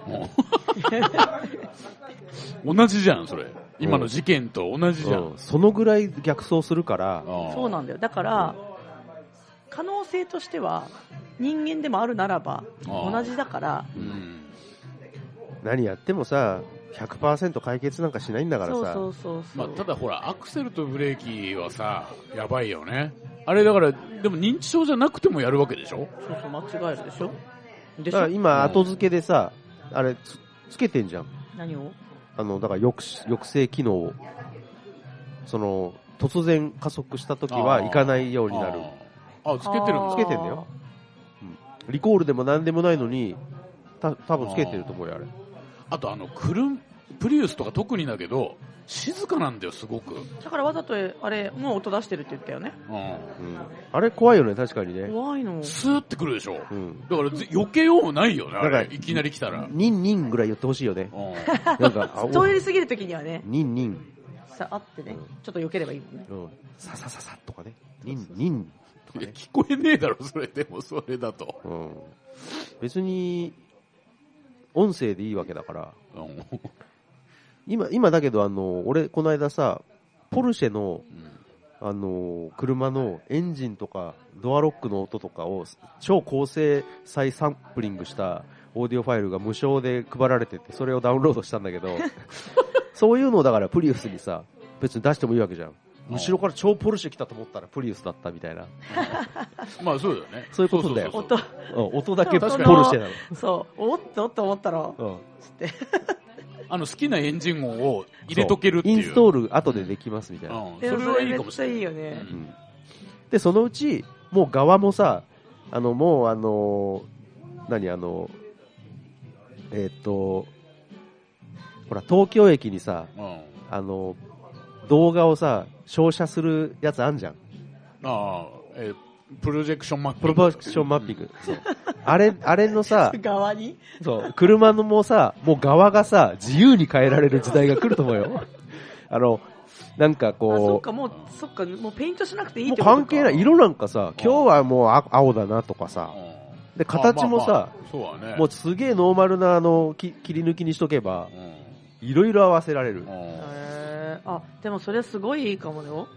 同じじゃんそれ。今の事件と同じじゃん。うんうん、 そのぐらい逆走するから。 そうなんだよ。だから可能性としては人間でもあるならば同じだから。うん、 何やってもさ ひゃくパーセント 解決なんかしないんだからさ。 そうそうそうそう、 まあ、ただほらアクセルとブレーキはさやばいよね。あれだからでも認知症じゃなくてもやるわけでしょ。 そうそう、間違えるでしょ。 だから今後付けでさ、うん、あれ つ, つけてんじゃん。 何を？ あのだから抑抑制機能を、その突然加速した時は行かないようになる。 ああ、つけてるんだ。 つけてんだよ、うん、リコールでも何でもないのにた多分つけてると思うよあれ。 あとあのクルンプリウスとか特にだけど静かなんだよすごく。 だからわざとあれもう音出してるって言ったよね。うん、うん、 あれ怖いよね確かにね。 怖いの。 スーってくるでしょ。うん、だから避けようもないよね。あれいきなり来たら。 ニンニンぐらい言ってほしいよね。 なんか通り過ぎるときにはね。 ニンニン。 さあってね、うん、ちょっと避ければいいもんね。うん。 ささささとかね。ニンニンとかね。 聞こえねえだろそれでもそれだと。うん。 別に音声でいいわけだから。今、今だけどあの、俺、この間さ、ポルシェの、うん、あの、車のエンジンとか、ドアロックの音とかを、超高精細サンプリングしたオーディオファイルが無償で配られてて、それをダウンロードしたんだけど、そういうのをだからプリウスにさ、別に出してもいいわけじゃん。後ろから超ポルシェ来たと思ったらプリウスだったみたいな。 まあそうだよね。 そういうことだよ。 音、 うん、音だけポルシェなの。 そう。おっとおっと思ったら、うん、つって。 あの好きなエンジン音を入れとけるっていう。 インストール後でできますみたいな。 うん、それはいいかもしれない。めっちゃいいよね。うん、 で、そのうち、もう側もさ、あの、もうあの、何あの、えっと、ほら、東京駅にさ、うん、あの、動画をさ、照射するやつあんじゃん。 ああ、えー、プロジェクションマッピング。プロジェクションマッピング。そう。あれ、あれのさ、 側にそう、車のもさ、もう側がさ、自由に変えられる時代が来ると思うよ。あの、なんかこう。あ、 そっか、もう、そっか、もうペイントしなくていいってことか。 もう関係ない。色なんかさ、今日はもう青だなとかさ。で、形もさ、まあまあそうだね、もうすげえノーマルなあの、き切り抜きにしとけば、いろいろ合わせられる。 へー、あ、でもそれすごいいいかもよ。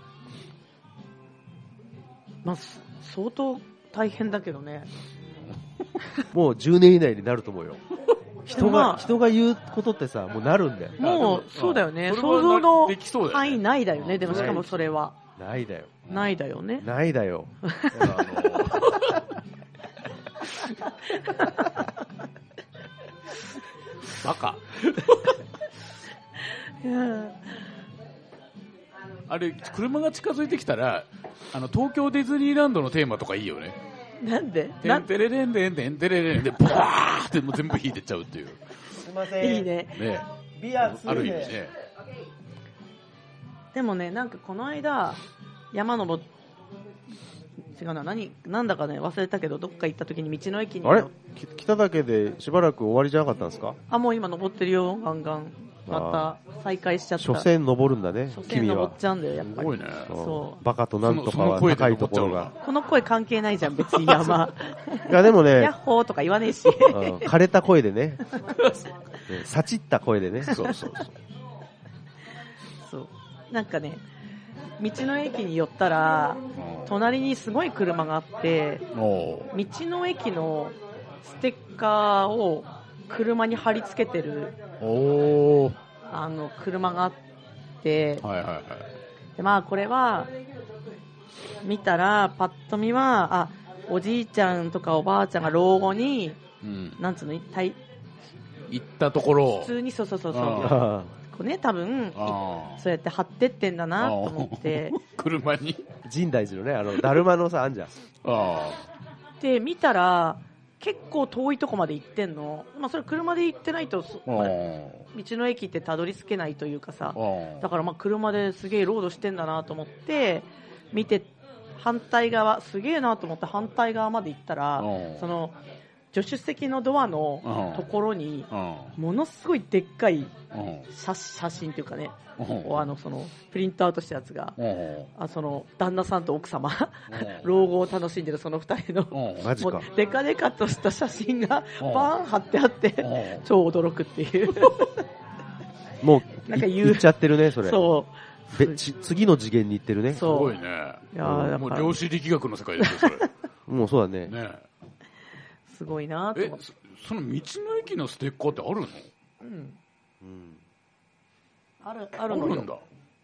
うん、まあ、相当大変だけどね。 もうじゅうねん以内になると思うよ。人が、まあ、人が言うことってさ、もうなるんだよ。 もう、そうだよね。想像の範囲ないだよね。でもしかもそれは。 ないだよ。 ないだよね。 ないだよ。 バカ。あれ、車が近づいてきたら、あの、東京ディズニーランドのテーマとかいいよね。 なんでてんてれれんでんでんてれれんで、ブワーってもう全部弾いてっちゃうっていう。 すいません。 いいね。 ねビアある意味ね。 でもね、なんかこの間、山登違うな、何、なんだかね、忘れたけど、どっか行った時に道の駅に。 あれ北岳でしばらく終わりじゃなかったんですか？ あ、もう今登ってるよ、ガンガン。また再開しちゃった。 所詮登るんだね、 所詮登っちゃうんだよ、やっぱり。 すごいね。 そう。 バカとなんとかは高いところが。 この声関係ないじゃん、別に山。 いや、でもね。 ヤッホーとか言わねえし。 枯れた声でね。さちった声でね。 そうそうそう。 そう。なんかね、道の駅に寄ったら、隣にすごい車があって、道の駅のステッカーを車に貼り付けてるあの車があって、 はいはいはい、 でまあこれは見たらパッと見はあおじいちゃんとかおばあちゃんが老後に、うん、なんつうの行ったところ普通にそうそうそうそうこうね多分そうやって貼ってってんだなと思って車に深大寺のねあのだるまのさあんじゃんあで見たら結構遠いとこまで行ってんの、まあ、それ車で行ってないと、まあ、道の駅ってたどり着けないというかさだからまあ車ですげえロードしてんだなと思って見て反対側すげえなと思って反対側まで行ったらその助手席のドアのところにものすごいでっかい 写, 写真っていうかねあのそのプリントアウトしたやつがあその旦那さんと奥様老後を楽しんでるそのふたりのマジかもうデカデカとした写真がバーン貼ってあって超驚くっていうもうなんか言っちゃってるねそれそう次の次元に行ってるねすごいねいやもう量子力学の世界ですよそれもうそうだねねすごいなと思って。 え、その道の駅のステッカーってあるの？ うん。うん。あるあるのよ。あるんだ。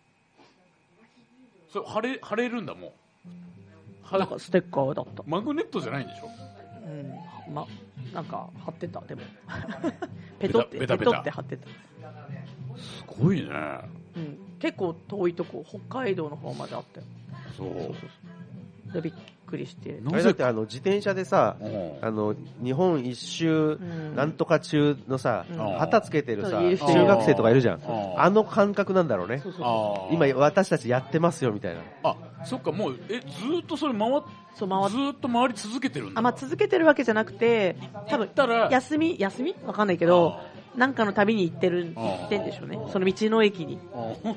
それ貼れ貼れるんだもう。なんかステッカーだった。 マグネットじゃないんでしょ？ うん。まなんか貼ってたでも。ペトってペトって貼ってた。 すごいね。 うん。結構遠いとこ北海道の方まであったよ。 そう。そうそうそうでびっくりしてあれだってあの自転車でさ、あの日本一周なんとか中のさ、うん、旗つけてるさ、うん、中学生とかいるじゃん、あの感覚なんだろうね。そうそうそう今私たちやってますよみたいな。 あ、そっかもうえずーっとそれ回っそう回ずーっと回り続けてるんだ。 あ、まあ、続けてるわけじゃなくて多分休み休みわかんないけどなんかの旅に行ってる行ってんでしょうねその道の駅に。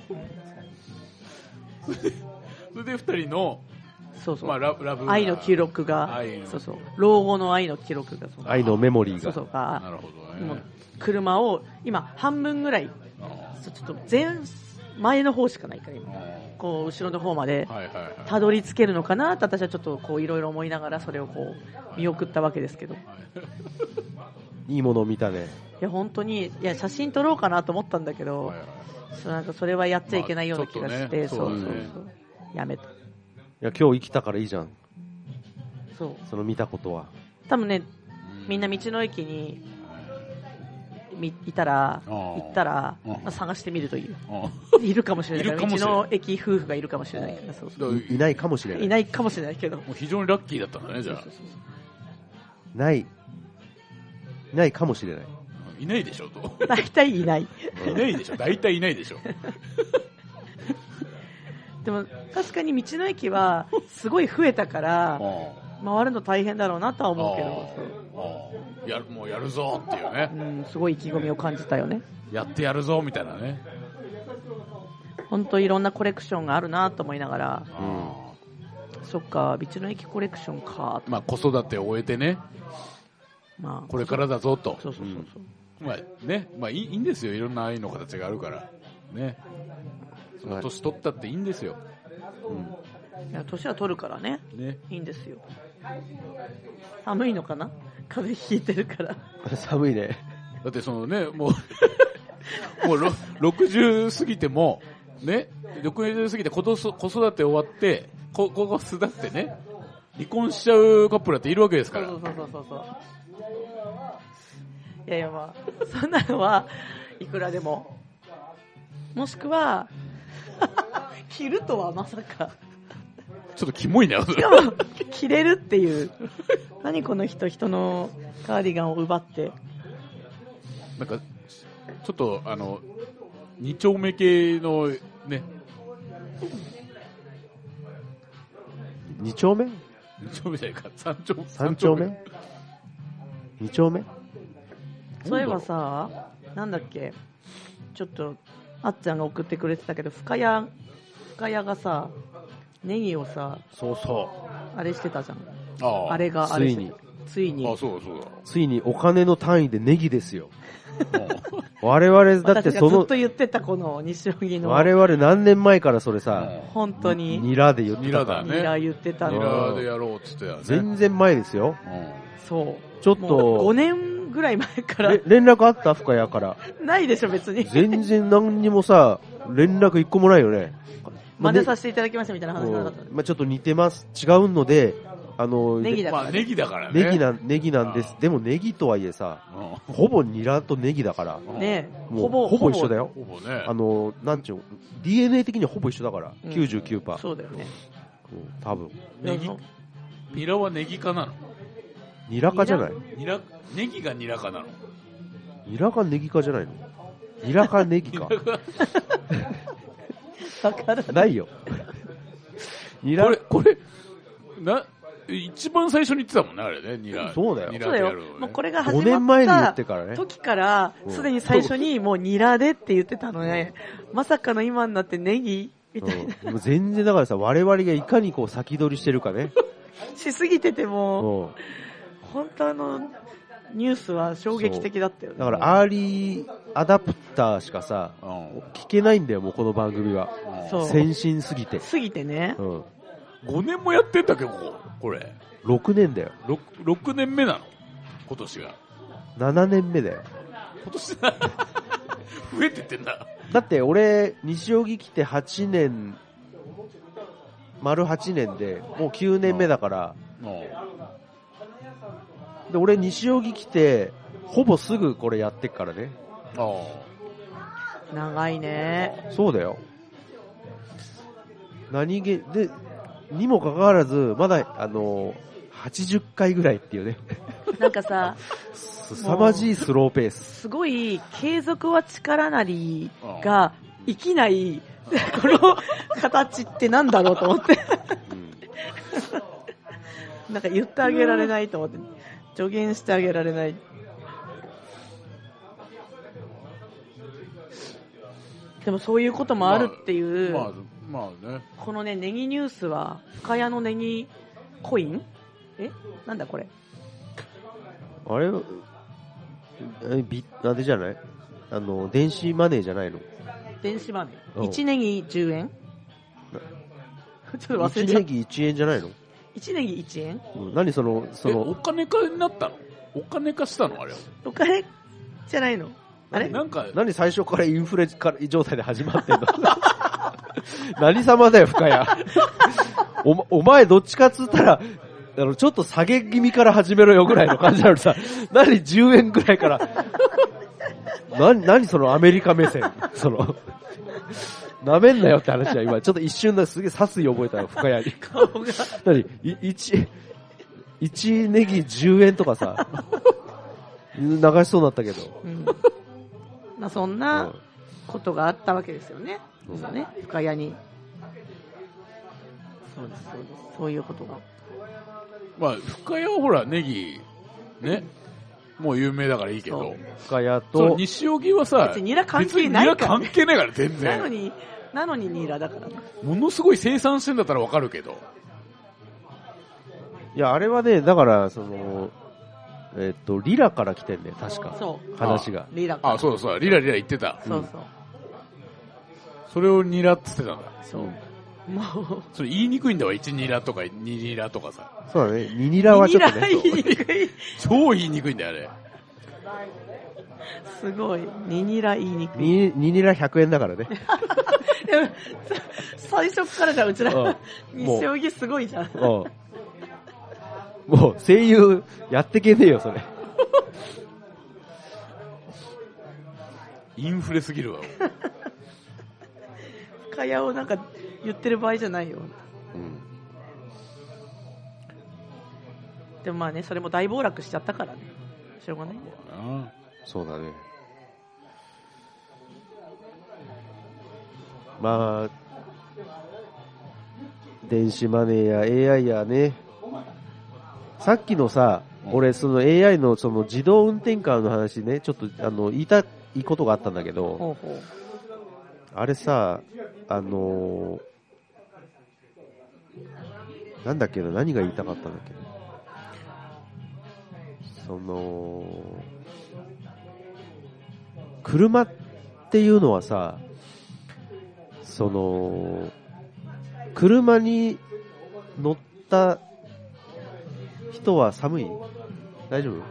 それでふたりのそうそう、 まあ、ララブ愛の記録がそうそう老後の愛の記録がそ愛のメモリーがそうそうかなるほど、ね、もう車を今半分ぐらいちょっと前前の方しかないから今こう後ろの方までたどり着けるのかなって私はちょっとこういろいろ思いながらそれをこう見送ったわけですけどいいものを見たね。 いや本当にいや写真撮ろうかなと思ったんだけど、はいはい、そうなんかそれはやっちゃいけないような気がして、まあね、そうそうそうやめた。 いや今日生きたからいいじゃん。 そうその見たことは多分ねみんな道の駅にいたら行ったら、まあ、探してみるといういるかもしれないから道の駅夫婦がいるかもしれないからそうそうい, いないかもしれないいないかもしれないけどもう非常にラッキーだったんだねじゃあ。そうそうそうないいないかもしれないいないでしょと大体いないいないでしょ大体いないでしょでも確かに道の駅はすごい増えたから回るの大変だろうなとは思うけどやもうやるぞっていうね、 うん、すごい意気込みを感じたよね。 やってやるぞみたいなね。 本当いろんなコレクションがあるなと思いながら、うん、そっか道の駅コレクションかまあ子育てを終えてね、まあ、これからだぞとそうそうそうそう、 うん、まあねまあいい、いいんですよいろんな愛の形があるからね。その年取ったっていいんですよ、 うん、いや年は取るからね、ねいいんですよ。寒いのかな風邪ひいてるから寒いね。 だってそのねもうもうろくじゅう過ぎてもねろくじゅう過ぎて子育て終わって子が巣立ってね離婚しちゃうカップルだっているわけですから。 そうそうそうそうそういやいやまあそんなのはいくらでももしくは着るとはまさかちょっとキモいね。 しかも着れるっていう何この人人のカーディガンを奪ってなんかちょっとあの二丁目系のね二丁目に丁目じゃないか、さん丁目。 さん丁目 ?に 丁目そういえばさ、なんだっけ、ちょっと、あっちゃんが送ってくれてたけど、深谷、深谷がさ、ネギをさ、 そうそあれしてたじゃん。 ああ。 あれがあれついに。 ついに。 あ、そうだそうだ。 ついにお金の単位でネギですよ。我々だってその、 私がずっと言ってたこの西荻の。 我々何年前からそれさ、 本当に。 ニラで言ってたから。 ニラだね。 ニラ言ってたニの。 ラでやろうっつってたよね。 全然前ですよ。 そう。 ちょっと。 ごねんぐらい前から。 連絡あった深谷から。 ないでしょ別に。 全然何にもさ、連絡一個もないよね。 真似させていただきましたみたいな話なかった。 まあちょっと似てます。違うので、あの、 ネギだから、ね。 まあネギだからね。 ネギなん、ネギなんです。でもネギとはいえさ、ほぼニラとネギだから。 ねもうほぼ、ほぼ一緒だよ。 ほぼね。 あの、なんちゅう、ディーエヌエー 的にはほぼ一緒だから、うん、きゅうじゅうきゅうパーセント。 そうだよね。 うん、多分。 ネギ、ニラはネギ科なの？ ニラ科じゃない？ ニラ、ネギがニラ科なの？ ニラ科ネギ科じゃないの？ニラ科ネギか。 わからない。 ないよ。 ニラ、これ、これ、な、一番最初に言ってたもんね、あれね、ニラ。 そうだよ。 そうだよ。もうこれが始まったごねんまえに言ってからね。 時から、すでに最初にもうニラでって言ってたのね。まさかの今になってネギみたいな。 うん、もう全然だからさ、我々がいかにこう先取りしてるかね。 しすぎてても、本当あの、ニュースは衝撃的だったよね。 だからアーリーアダプターしかさ、うん、聞けないんだよ、もうこの番組は。そう。先進すぎて。 すぎてね。 うん。 ごねんもやってんだけど、ここれ。 ろくねんだよ。 ろく、ろくねんめなの今年が。 ななねんめだよ。 今年増えてってんだ。 だって俺、西荻来てはちねん、丸はちねんで、もうきゅうねんめだから、で、俺西荻来て、ほぼすぐこれやってっからね。 長いね。 そうだよ。何気、で、にもかかわらず、まだ、あの、はちじゅっかいぐらいっていうね。 なんかさ、 凄まじいスローペース。 すごい、継続は力なりが生きない、この形ってなんだろうと思って。うん、なんか言ってあげられないと思って、助言してあげられない。でもそういうこともあるっていう。 まあ、まあ、まあね。 このね、ネギニュースは、深谷のネギコインえなんだこれあれえ、ビあれじゃないあの、電子マネーじゃないの電子マネー。いちネギじゅうえんちょっと忘れちゃった。 いちネギいちえんじゃないの ? いち ネギいちえん、 うん、何その、その。 お金化になったのお金化したのあれは。 お金じゃないのあれなんか。 何最初からインフレ状態で始まってんの何様だよ、深谷。お、お前どっちかっつったら、あの、ちょっと下げ気味から始めろよぐらいの感じなのさ、何じゅうえんぐらいから、何、何そのアメリカ目線。その、舐めんなよって話は今、ちょっと一瞬ですげえ殺意覚えたよ、深谷に。顔が。何い、一、一ネギじゅうえんとかさ、流しそうになったけど。うん、 まあそんなことがあったわけですよね。うん、ね、深谷に。そうです、そうです。そういうことが。 まあ、深谷はほら、ネギ、ね。もう有名だからいいけど。 深谷と。 西荻はさ、 別にニラ関係ないから、 ね。ニラ関係ないから、全然。 なのに、なのにニラだからね。 ものすごい生産してんだったらわかるけど。 いや、あれはね、だから、その、えっと、リラから来てんね、確か。そう。話が。 リラから。あ、そうそう、リラリラ言ってた。 そうそう。 それをニラって言ってたんだ。 そう。もう。 それ言いにくいんだわ、いちニラとかにニラとかさ。 そうだね、にニラはちょっとね。 言いにくい。 超言いにくいんだよ、あれ。 すごい。にニラ言いにくい。 にニラひゃくえんだからね。 でも、最初からじゃうちら、西荻すごいじゃん。 もう、声優やってけねえよ、それ。 インフレすぎるわ。 深谷をなんか言ってる場合じゃないよ。うん。でもまあね、それも大暴落しちゃったからね。しょうがないんだよ。 そうだね。まあ、電子マネーや エーアイ やね、 さっきのさ、俺その エーアイ のその自動運転カーの話ね、ちょっとあの言いたいことがあったんだけど、ほうほう、あれさ、あのー、なんだっけな、何が言いたかったんだっけな、その車っていうのはさ、その車に乗った人は寒い？大丈夫？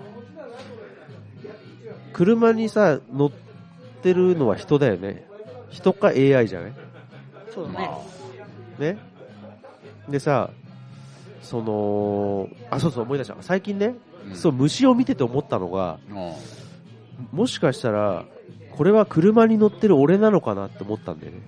車にさ乗ってるのは人だよね。人か エーアイ じゃない？ そうだね。 ね。でさ、そのあ、そうそう思い出した。最近ね、うん、そう虫を見てて思ったのが、うん、もしかしたらこれは車に乗ってる俺なのかなって思ったんだよね。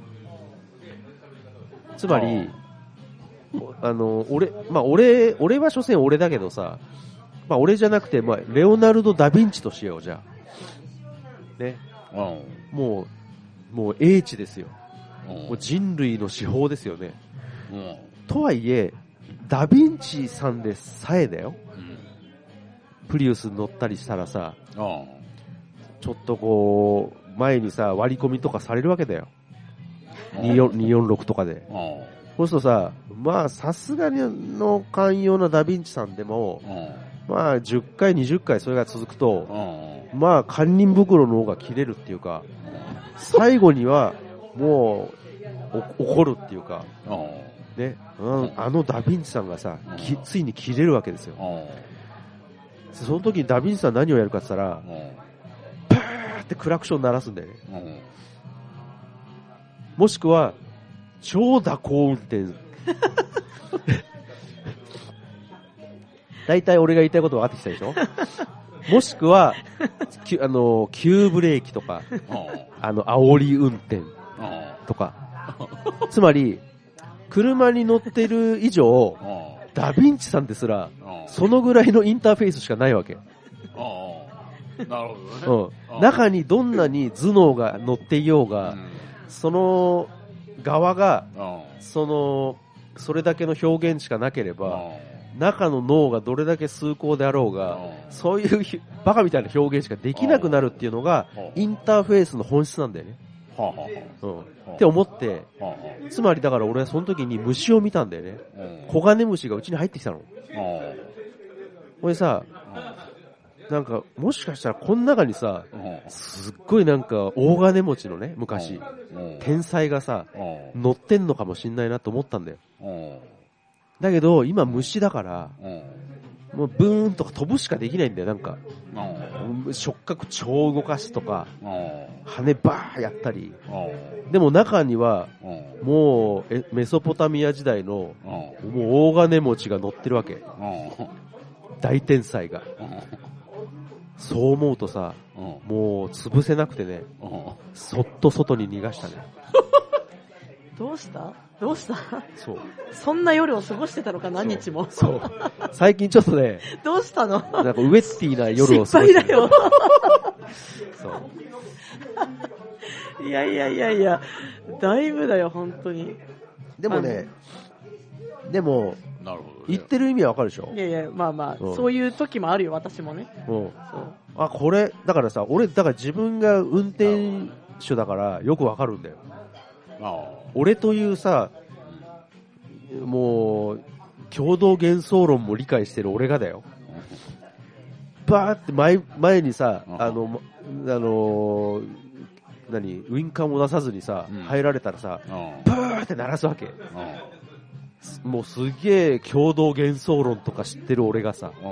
つまり、あの俺、まあ俺、俺は所詮俺だけどさ、まあ俺じゃなくて、まあレオナルド・ダ・ヴィンチとしよう、じゃあ。ね。うん、もう、もう英知ですよ。うん、もう人類の至宝ですよね。うん、とはいえ、ダ・ヴィンチさんでさえだよ。うん、プリウス乗ったりしたらさ、うん、ちょっとこう、前にさ、割り込みとかされるわけだよ。にーよんろくとかで。そうするとさ、まあさすがの寛容なダヴィンチさんでも、まあじゅっかいにじゅっかいそれが続くと、まあ堪忍袋の方が切れるっていうか、最後にはもう怒るっていうか、ね、あのダヴィンチさんがさ、ついに切れるわけですよ。その時にダヴィンチさん何をやるかって言ったら、パーってクラクション鳴らすんだよね。もしくは、超蛇行運転。大体俺が言いたいこと分かってきたでしょ。もしくは、あの、急ブレーキとか、あの、煽り運転とか。つまり、車に乗ってる以上、ダヴィンチさんですら、そのぐらいのインターフェースしかないわけ。 なるほどね。 うん。中にどんなに頭脳が乗っていようが、その側が、その、それだけの表現しかなければ、中の脳がどれだけ崇高であろうが、そういうバカみたいな表現しかできなくなるっていうのが、インターフェースの本質なんだよね。うん、って思って、つまりだから俺はその時に虫を見たんだよね。コガネムシがうちに入ってきたの。これさ、なんか、もしかしたらこの中にさ、すっごいなんか、大金持ちのね、昔、天才がさ、乗ってんのかもしんないなと思ったんだよ。だけど、今虫だから、もうブーンとか飛ぶしかできないんだよ、なんか。触覚超動かすとか、羽バーやったり。でも中には、もうメソポタミア時代の、もう大金持ちが乗ってるわけ。大天才が。そう思うとさ、うん、もう潰せなくてね、うん、そっと外に逃がしたね。 どうしたどうしたそう。 そんな夜を過ごしてたのか、何日も。 そう。そう最近ちょっとね、 どうしたのなんかウェッティな夜を過ごして失敗だよ。 そう。 いやいやいやいや、だいぶだよ、本当に。 でもね、でも、 なるほどね、 言ってる意味はわかるでしょ。 いやいや、まあまあ、うん、そういう時もあるよ、私もね。 うん。そう。あ、これ、だからさ、俺、だから自分が運転手だからよくわかるんだよ。ああ。俺というさ、もう、共同幻想論も理解してる俺がだよ。バーって前、前にさ、あの、あの、何、ウインカーも出さずにさ、うん、入られたらさ、ブーって鳴らすわけ。もうすげえ共同幻想論とか知ってる俺がさ、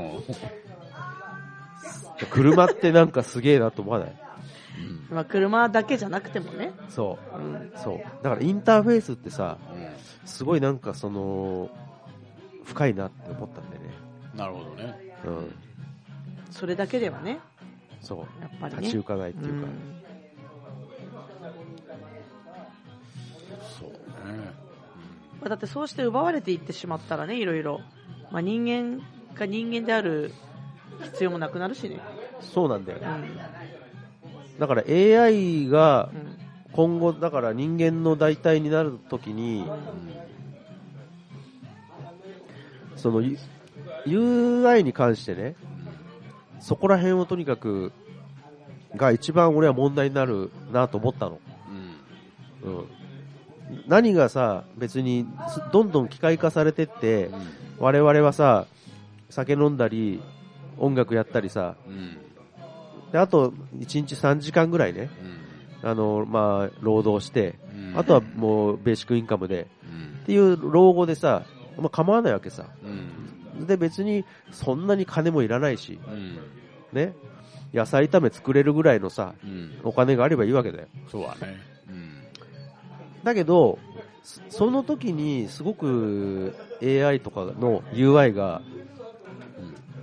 車ってなんかすげえなと思わない？ うん、まあ車だけじゃなくてもね。 そう、うん、そう。だからインターフェースってさ、すごいなんかその深いなって思ったんだよね。 なるほどね。 うん。それだけではね。 そう。 やっぱりね。 立ち行かないっていうか。うん、 そうね。 だってそうして奪われていってしまったらね、いろいろ、まあ、人間が人間である必要もなくなるしね。 そうなんだよね、うん、だから エーアイ が今後だから人間の代替になるときに、うん、そのユーアイ に関してね、そこら辺をとにかくが一番俺は問題になるなと思ったの、うんうん、何がさ別にどんどん機械化されてって、うん、我々はさ酒飲んだり音楽やったりさ、うん、であといちにちさんじかんぐらいね、うん、あのまあ労働して、うん、あとはもうベーシックインカムで、うん、っていう老後でさ、まあ、構わないわけさ、うん、で別にそんなに金もいらないし、うん、ね、野菜炒め作れるぐらいのさ、うん、お金があればいいわけだよ。 そうだね。うん、 だけどその時にすごく エーアイ とかの ユーアイ が、うん、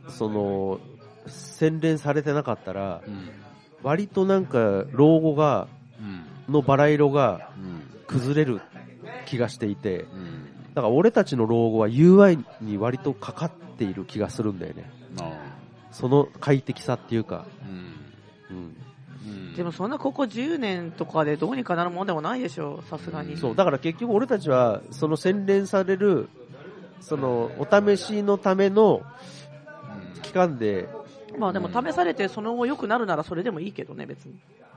その洗練されてなかったら、うん、割となんか老後が、うん、のバラ色が崩れる気がしていて、うん、だから俺たちの老後は ユーアイ に割とかかっている気がするんだよね。その快適さっていうか、うんうん、でもそんなここじゅうねんとかでどうにかなるもんでもないでしょ、さすがに。 そうだから結局俺たちはその洗練されるそのお試しのための期間で、 まあでも試されてその後良くなるならそれでもいいけどね、別に。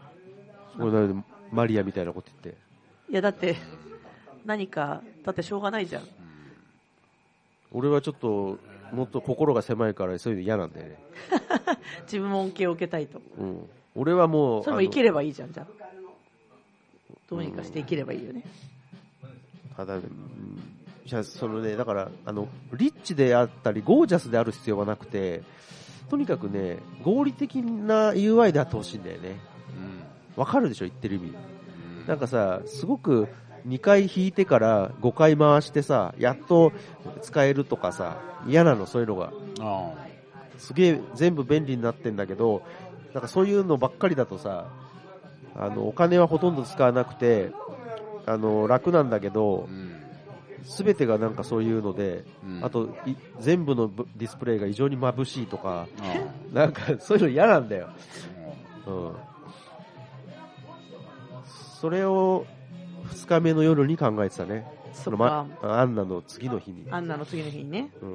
マリアみたいなこと言って。 いやだって何かだってしょうがないじゃん。 俺はちょっともっと心が狭いからそういうの嫌なんだよね。 自分も恩恵を受けたいと、 うん、俺はもうそれも生きればいいじゃん。じゃあどうにかして生きればいいよね、 うん、ただ、うん、じゃあそのね、だからあのリッチであったりゴージャスである必要はなくて、とにかくね合理的な ユーアイ であってほしいんだよね。わ、うん、かるでしょ言ってる意味、うん、なんかさすごくにかい引いてからごかい回してさやっと使えるとかさ嫌なの、そういうのが。あすげえ全部便利になってんだけど、なんかそういうのばっかりだとさ、あのお金はほとんど使わなくてあの楽なんだけど、すべ、うん、てがなんかそういうので、うん、あと全部のディスプレイが異常に眩しいとか、なんかそういうの嫌なんだよ、うん、それをふつかめの夜に考えてたね。その、ま、アンナの次の日に。 アンナの次の日にね。うん。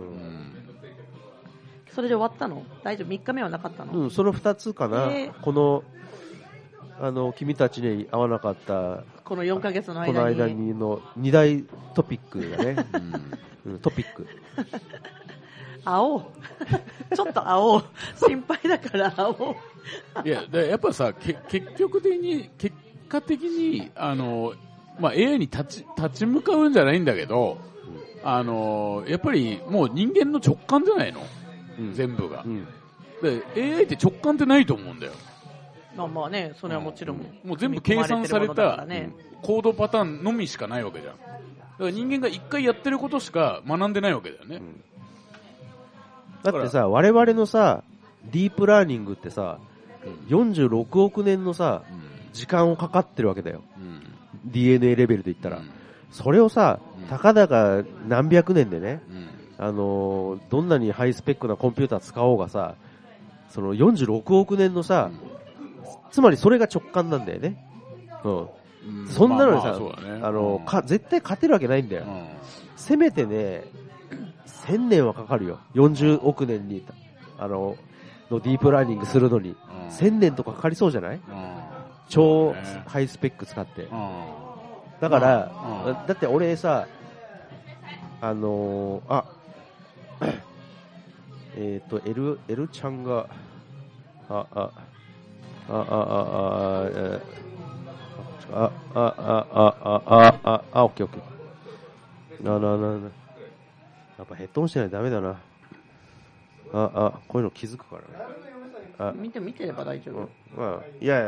それで終わったの？大丈夫？みっかめはなかったの？ うん、そのふたつかな。えー、この、あの、君たちに会わなかった。 このよんかげつの間に。 この間にのに大トピックがね。うん、トピック。 会おう。ちょっと会おう。心配だから会おう。いや、でやっぱさ、け結局的に、結果的に、あの、まあ、エーアイ に立ち、立ち向かうんじゃないんだけど、うん、あのやっぱりもう人間の直感じゃないの、うん、全部が、うん、で エーアイ って直感ってないと思うんだよ。 まあまあね、それはもちろん、うん、 もう全部計算されたコードパターンのみしかないわけじゃん。だから人間が一回やってることしか学んでないわけだよね、うん、 だってさ我々のさディープラーニングってさ、うん、よんじゅうろくおくねんのさ、うん、時間をかかってるわけだよ、うん、ディーエヌエー レベルで言ったら、うん、それをさ、うん、たかだか何百年でね、うん、あのー、どんなにハイスペックなコンピューター使おうがさ、そのよんじゅうろくおくねんのさ、うん、つまりそれが直感なんだよね。うん。うん、そんなのにさ、まあまあね、あのーうん、か絶対勝てるわけないんだよ。うん、せめてね、せんねんはかかるよ。よんじゅうおくねんにあののディープラーニングするのに、うん、せんねんとかかかりそうじゃない？うん、超ハイスペック使って、うん、だから、うん、だって俺さあのー、あえっと L, L ちゃんがああああああああああああああオッケーオッケーななななやっぱヘッドホンしてないとダメだな。ああこういうの気づくからね。 あ見て見てれば大丈夫。 まあいやいや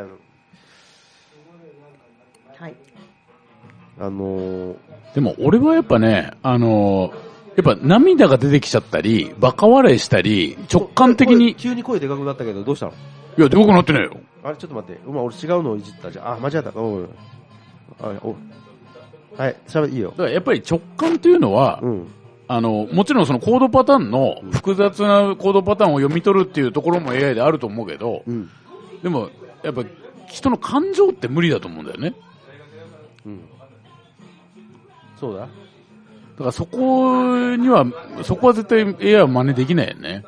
はい。 あのー、 でも俺はやっぱね、あのー、やっぱ涙が出てきちゃったり、バカ笑いしたり、直感的に。 急に声でかくなったけど、どうしたの？ いや、でかくなってないよ。 あれ、ちょっと待って。まあ、俺違うのをいじったじゃん。あ、間違った。おうあおはい、しゃべいいよ。 だからやっぱり直感っていうのは、うん、あの、もちろんそのコードパターンの複雑なコードパターンを読み取るっていうところも エーアイ であると思うけど、うん、でも、やっぱ人の感情って無理だと思うんだよね。 うん。そうだ。 からそこには、そこは絶対 エーアイ は真似できないよね。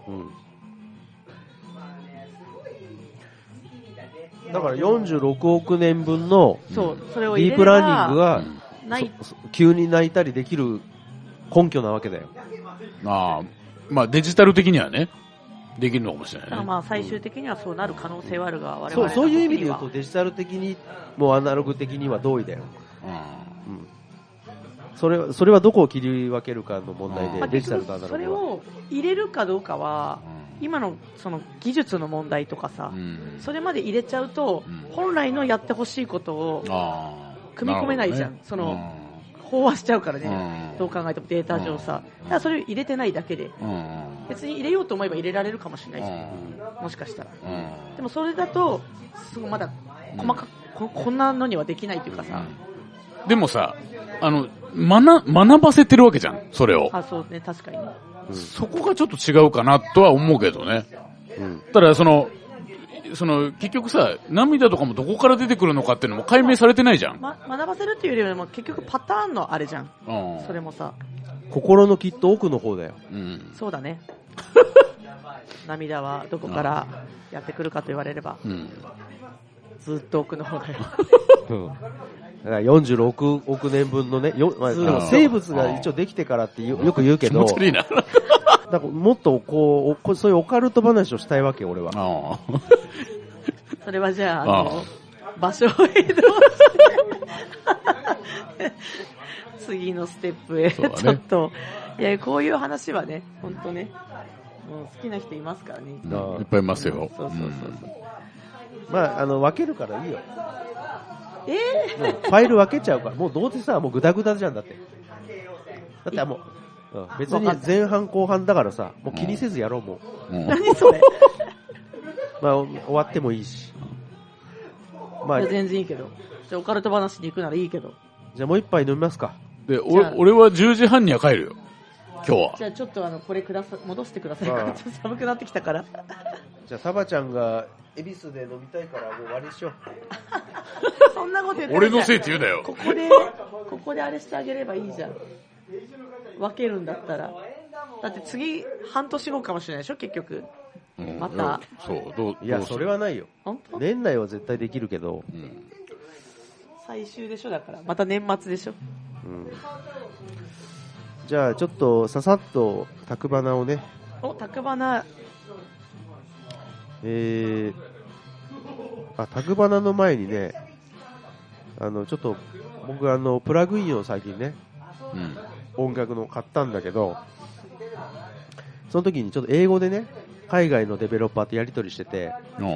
うん。だからよんじゅうろくおくねんぶんのデそう、それをィープ入れればラーニングがない。 急に泣いたりできる根拠なわけだよ。 ああ、まあデジタル的にはね、できるのかもしれない、ね。 だまあ最終的にはそうなる可能性はあるが、我々 そう、そういう意味で言うはとデジタル的にもアナログ的には同意だよ。 うん。 うん。それ、それはどこを切り分けるかの問題で、 まあデジタルとアナログは。 それを入れるかどうかは、 うん、 今のその技術の問題とかさ、 うん、 それまで入れちゃうと、 うん、 本来のやってほしいことを組み込めないじゃん。 ね、 その、うん、飽和しちゃうからね、うん、どう考えてもデータ上さ、うん、だからそれを入れてないだけで、うん、別に入れようと思えば入れられるかもしれないじゃん、うん、もしかしたら、うん、でもそれだとすごいまだ細かく、うん、こ, こんなのにはできないというかさ、 うん、でもさ、あの学, 学ばせてるわけじゃん、それを。 あ、そうね、確かに、 うん、そこがちょっと違うかなとは思うけどね、うん、ただそのその結局さ、涙とかもどこから出てくるのかっていうのも解明されてないじゃん、 ま、学ばせるっていうよりも結局パターンのあれじゃん、うん、それもさ心のきっと奥の方だよ、 うん、そうだね涙はどこからやってくるかと言われれば、うん、ずっと奥の方だよ、うん、 だからよんじゅうろくおくねんぶんのね、よ、まあ、生物が一応できてからってよく言うけど、 気持ち悪いなだからもっとこう、そういうオカルト話をしたいわけ、俺は。 あそれはじゃあ、あの、あ場所を移動して次のステップへ、ね、ちょっと、いや、こういう話はね、本当ね、もう好きな人いますからね。 いっぱいいますよ。 そうそうそうそう、うん、 まあ、あの、分けるからいいよ。 えー、 ファイル分けちゃうから、もうどうせさ、もうグダグダじゃんだって。だってもう、うん、別に前半後半だからさ、もう気にせずやろう、もう。 うん、何それまあ、終わってもいいし。 まあ、全然いいけど。じゃあ、オカルト話に行くならいいけど。 じゃあもう一杯飲みますか。 で、俺、俺はじゅうじはんには帰るよ。今日は。 じゃあちょっとあの、これくださ、戻してください。ちょっと寒くなってきたから。 じゃあ、タバちゃんが、恵比寿で飲みたいからもう終わりにしよう。 そんなこと言って俺のせいって言うなよ。 ここで、ここであれしてあげればいいじゃん。分けるんだったら。だって次、半年後かもしれないでしょ、結局。うん、また。 そう、どう、 いや、それはないよ。 本当？ 年内は絶対できるけど。うん、 最終でしょ、だから。また年末でしょ。うん、 じゃあ、ちょっと、ささっと、タクバナをね。 お、タクバナ。 えー、あ、タクバナの前にね、あの、ちょっと、僕あの、プラグインを最近ね、うん、音楽の買ったんだけど、その時にちょっと英語でね、海外のデベロッパーとやり取りしてて、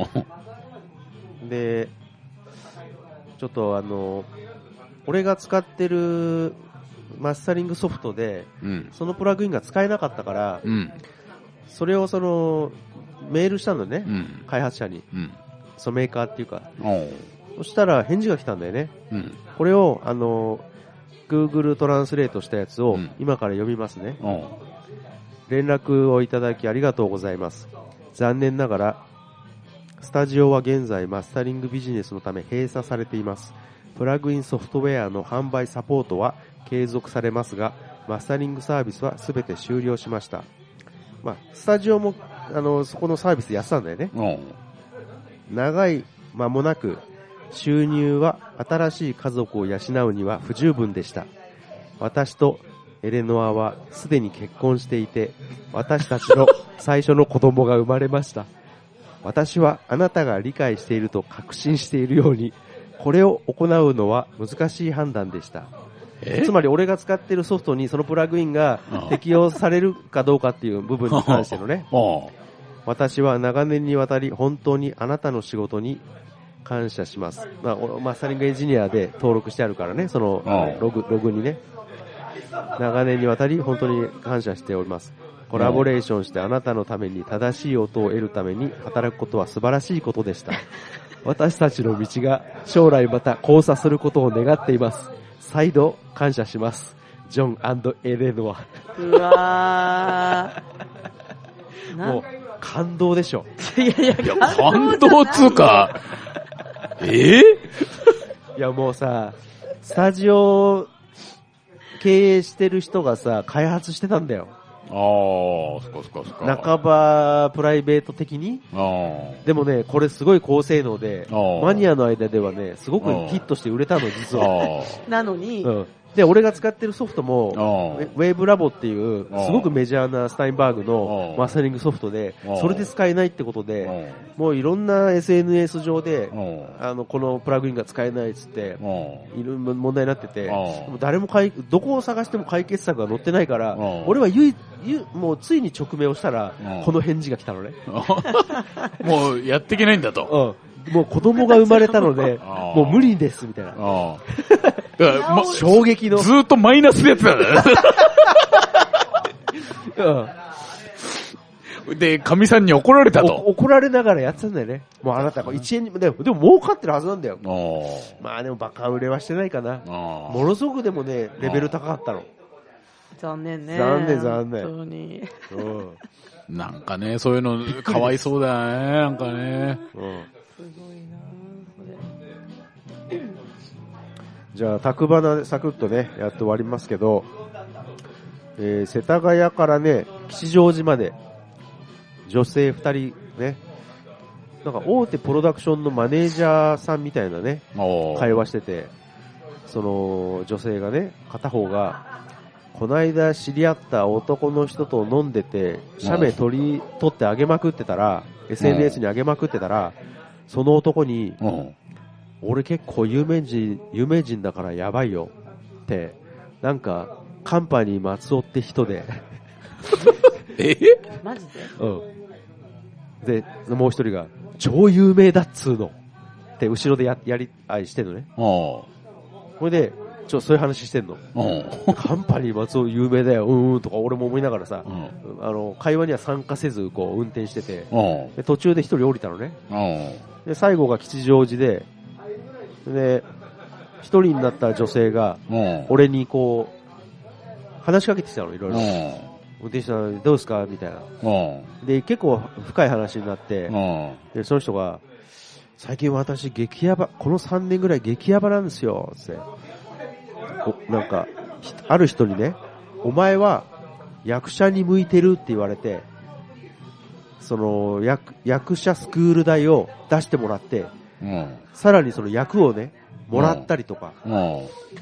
で、ちょっとあの、俺が使ってるマスタリングソフトで、うん、そのプラグインが使えなかったから、うん、それをその、メールしたのね、うん、開発者に、うん、そのメーカーっていうか、そしたら返事が来たんだよね。うん、これをあの Google トランスレートしたやつを今から読みますね。うん、連絡をいただきありがとうございます。残念ながらスタジオは現在マスタリングビジネスのため閉鎖されています。プラグインソフトウェアの販売サポートは継続されますが、マスタリングサービスはすべて終了しました。まあ、スタジオもあのそこのサービスやってたんだよね。うん、長い間もなく収入は新しい家族を養うには不十分でした。私とエレノアはすでに結婚していて、私たちの最初の子供が生まれました。私はあなたが理解していると確信しているように、これを行うのは難しい判断でした。つまり俺が使っているソフトにそのプラグインが適用されるかどうかっていう部分に関してのね、私は長年にわたり本当にあなたの仕事に感謝します。まあ、マスタリングエンジニアで登録してあるからね、そのログ、ログにね。長年にわたり本当に感謝しております。コラボレーションしてあなたのために正しい音を得るために働くことは素晴らしいことでした。私たちの道が将来また交差することを願っています。再度感謝します。ジョン&エレノア。 うわー。もう感動でしょ。 いやいや、 いや感動つうか。えー、 いやもうさ、スタジオ経営してる人がさ、開発してたんだよ。 ああ、そっかそっかそっか。 半ばプライベート的に。あでもね、これすごい高性能で、マニアの間ではね、すごくヒットして売れたの、実は。 なのに、 うんで、俺が使ってるソフトも、ウェーブラボっていう、すごくメジャーなスタインバーグのマスタリングソフトで、それで使えないってことで、もういろんな エスエヌエス 上で、あの、このプラグインが使えないっつって、いろんな問題になってて、誰もかい、どこを探しても解決策が載ってないから、俺はゆい、ゆもうついに直命をしたら、この返事が来たのね。 もうやっていけないんだと。 もう子供が生まれたので、もう無理です、みたいな。だからま、 衝撃の。 ずーっとマイナスでやってたんだね。うん、で、神さんに怒られたと。 怒られながらやってたんだよね。もうあなた、いちえんにも、でも儲かってるはずなんだよ。まあでもバカ売れはしてないかな。ものすごくでもね、レベル高かったの。 残念ね。 残念残念。 本当に。 うん、なんかね、そういうのかわいそうだよね、なんかね。うんすごいなそれ。じゃあ、タクバナでサクッとね、やって終わりますけど、えー、世田谷からね、吉祥寺まで、女性二人ね、なんか大手プロダクションのマネージャーさんみたいなね、会話してて、その女性がね、片方が、この間知り合った男の人と飲んでて、写メ取り、取ってあげまくってたら、エスエヌエス にあげまくってたら、その男に、うん、俺結構有名人、有名人だからやばいよって、なんか、カンパニー松尾って人で。 えマジでうん。で、もう一人が、超有名だっつーのって後ろでや、やり合いしてんのね。これで、ちょ、そういう話してんの。カンパニー松尾有名だよ、うんうんとか俺も思いながらさ、あの、会話には参加せず、こう、運転してて、で途中で一人降りたのね。で、最後が吉祥寺で、で、一人になった女性が、俺にこう、話しかけてきたの、いろいろ。運転手さん、どうですかみたいな。で、結構深い話になって、で、その人が、最近私激ヤバ、このさんねんぐらい激ヤバなんですよ、つって。なんか、ある人にね、お前は役者に向いてるって言われて、その 役, 役者スクール代を出してもらって、うん、さらにその役をね、もらったりとか、うん、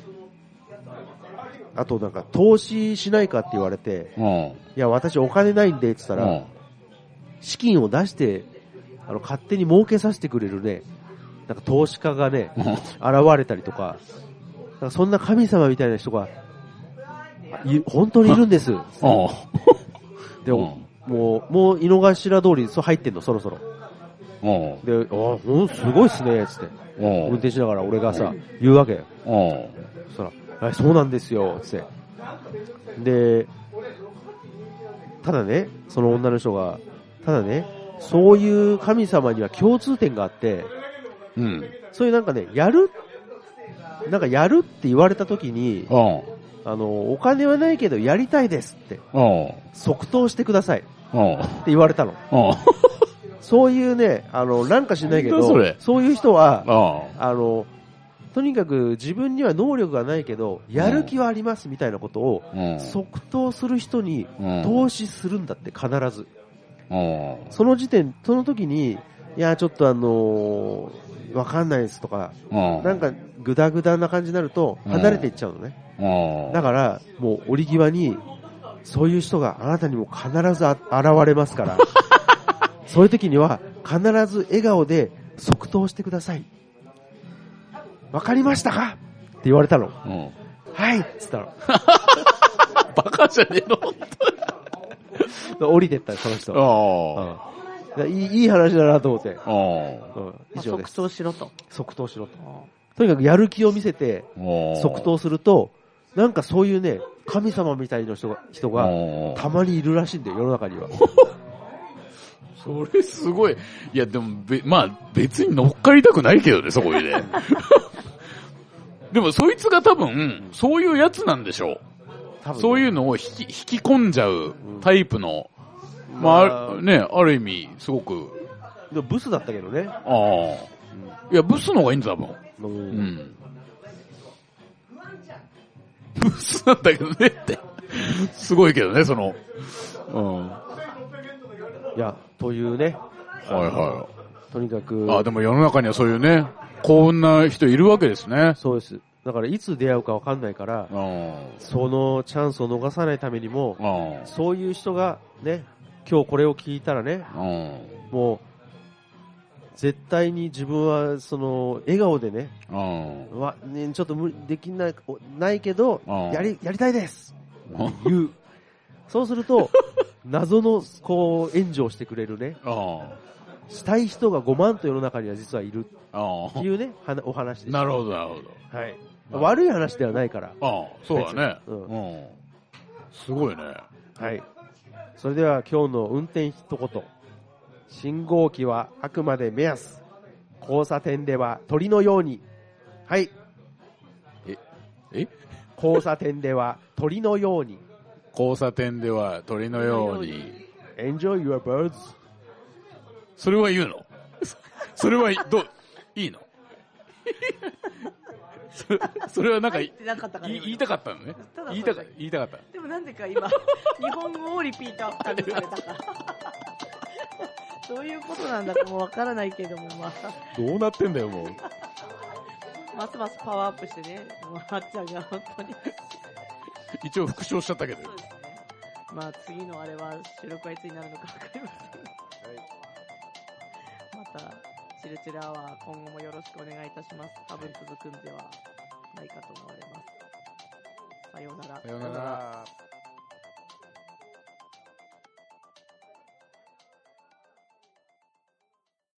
あとなんか投資しないかって言われて、うん、いや私お金ないんでって言ったら、うん、資金を出してあの勝手に儲けさせてくれるね、なんか投資家がね、うん、現れたりとか、なんかそんな神様みたいな人が本当にいるんです。で、うん、もう、もう井の頭通りそう入ってんの、そろそろ。で、あ、もうすごいっすね、つって。運転しながら俺がさ、言うわけよ。そしたら、はい、そうなんですよ、つって。で、ただね、その女の人が、ただね、そういう神様には共通点があって、うん、そういうなんかね、やる、なんかやるって言われた時に、あの、お金はないけどやりたいですって、即答してくださいって言われたの。そういうね、あの、なんかしないけど、そ, そういう人は、あの、とにかく自分には能力がないけど、やる気はありますみたいなことを、即答する人に投資するんだって、必ず。その時点、その時に、いや、ちょっとあのー、わかんないですとか、なんかグダグダな感じになると、離れていっちゃうのね。だから、もう折り際に、そういう人があなたにも必ず現れますから、そういう時には必ず笑顔で即答してください。わかりましたかって言われたの。うん、はいっつったの。 バカじゃねえの降りてったその人。あ、うん、いい、いい話だなと思って。 うん、以上です。即答しろと。 即答しろと。とにかくやる気を見せて即答すると、なんかそういうね、神様みたいな人が、人がたまにいるらしいんだよ、世の中には。 それすごい。いや、でも、べ、まあ、別に乗っかりたくないけどね、そこにね。でも、そいつが多分、そういうやつなんでしょう。そういうのを引き、引き込んじゃうタイプの、うん、まあ、まあ、ね、ある意味、すごく。 でもブスだったけどね。ああ、 うん。いや、ブスの方がいいんだ、多分。うん。うん、 ブースなんだけどねって。すごいけどね、その。うん。 いや、というね。 はいはい。 とにかく。 あ、でも世の中にはそういうね、幸運な人いるわけですね。 そうです。だからいつ出会うか分かんないから、そのチャンスを逃さないためにも、そういう人がね、今日これを聞いたらね、もう、絶対に自分はその笑顔でね、わねちょっと無できないないけど、やりやりたいです言う。そうすると、謎のこう援助をしてくれるね、したい人がごまんと世の中には実はいるっていうね、お話です。 なるほど、なるほど。 はい。悪い話ではないから。 ああ、そうだね。うん。すごいね。 はい。それでは今日の運転一言。信号機はあくまで目安。交差点では鳥のように。はい。 え、え交差点では鳥のように。 交差点では鳥のように。 Enjoy your birds. それは言うのそれは、どう、いいのそれはなんか言いたかったのね。言いたか言いたかった。 でもなんでか今日本語をリピートアフターでされたから。どういうことなんだかもうわからないけども、まあどうなってんだよもう。 ますますパワーアップしてね、もうあっちゃんが本当に。 一応復唱しちゃったけど。 そうですね。まあ次のあれは収録はいつになるのかわかりません。はい。また。チルチルアワー今後もよろしくお願いいたします。多分続くんではないかと思われます。さようなら。 さようなら。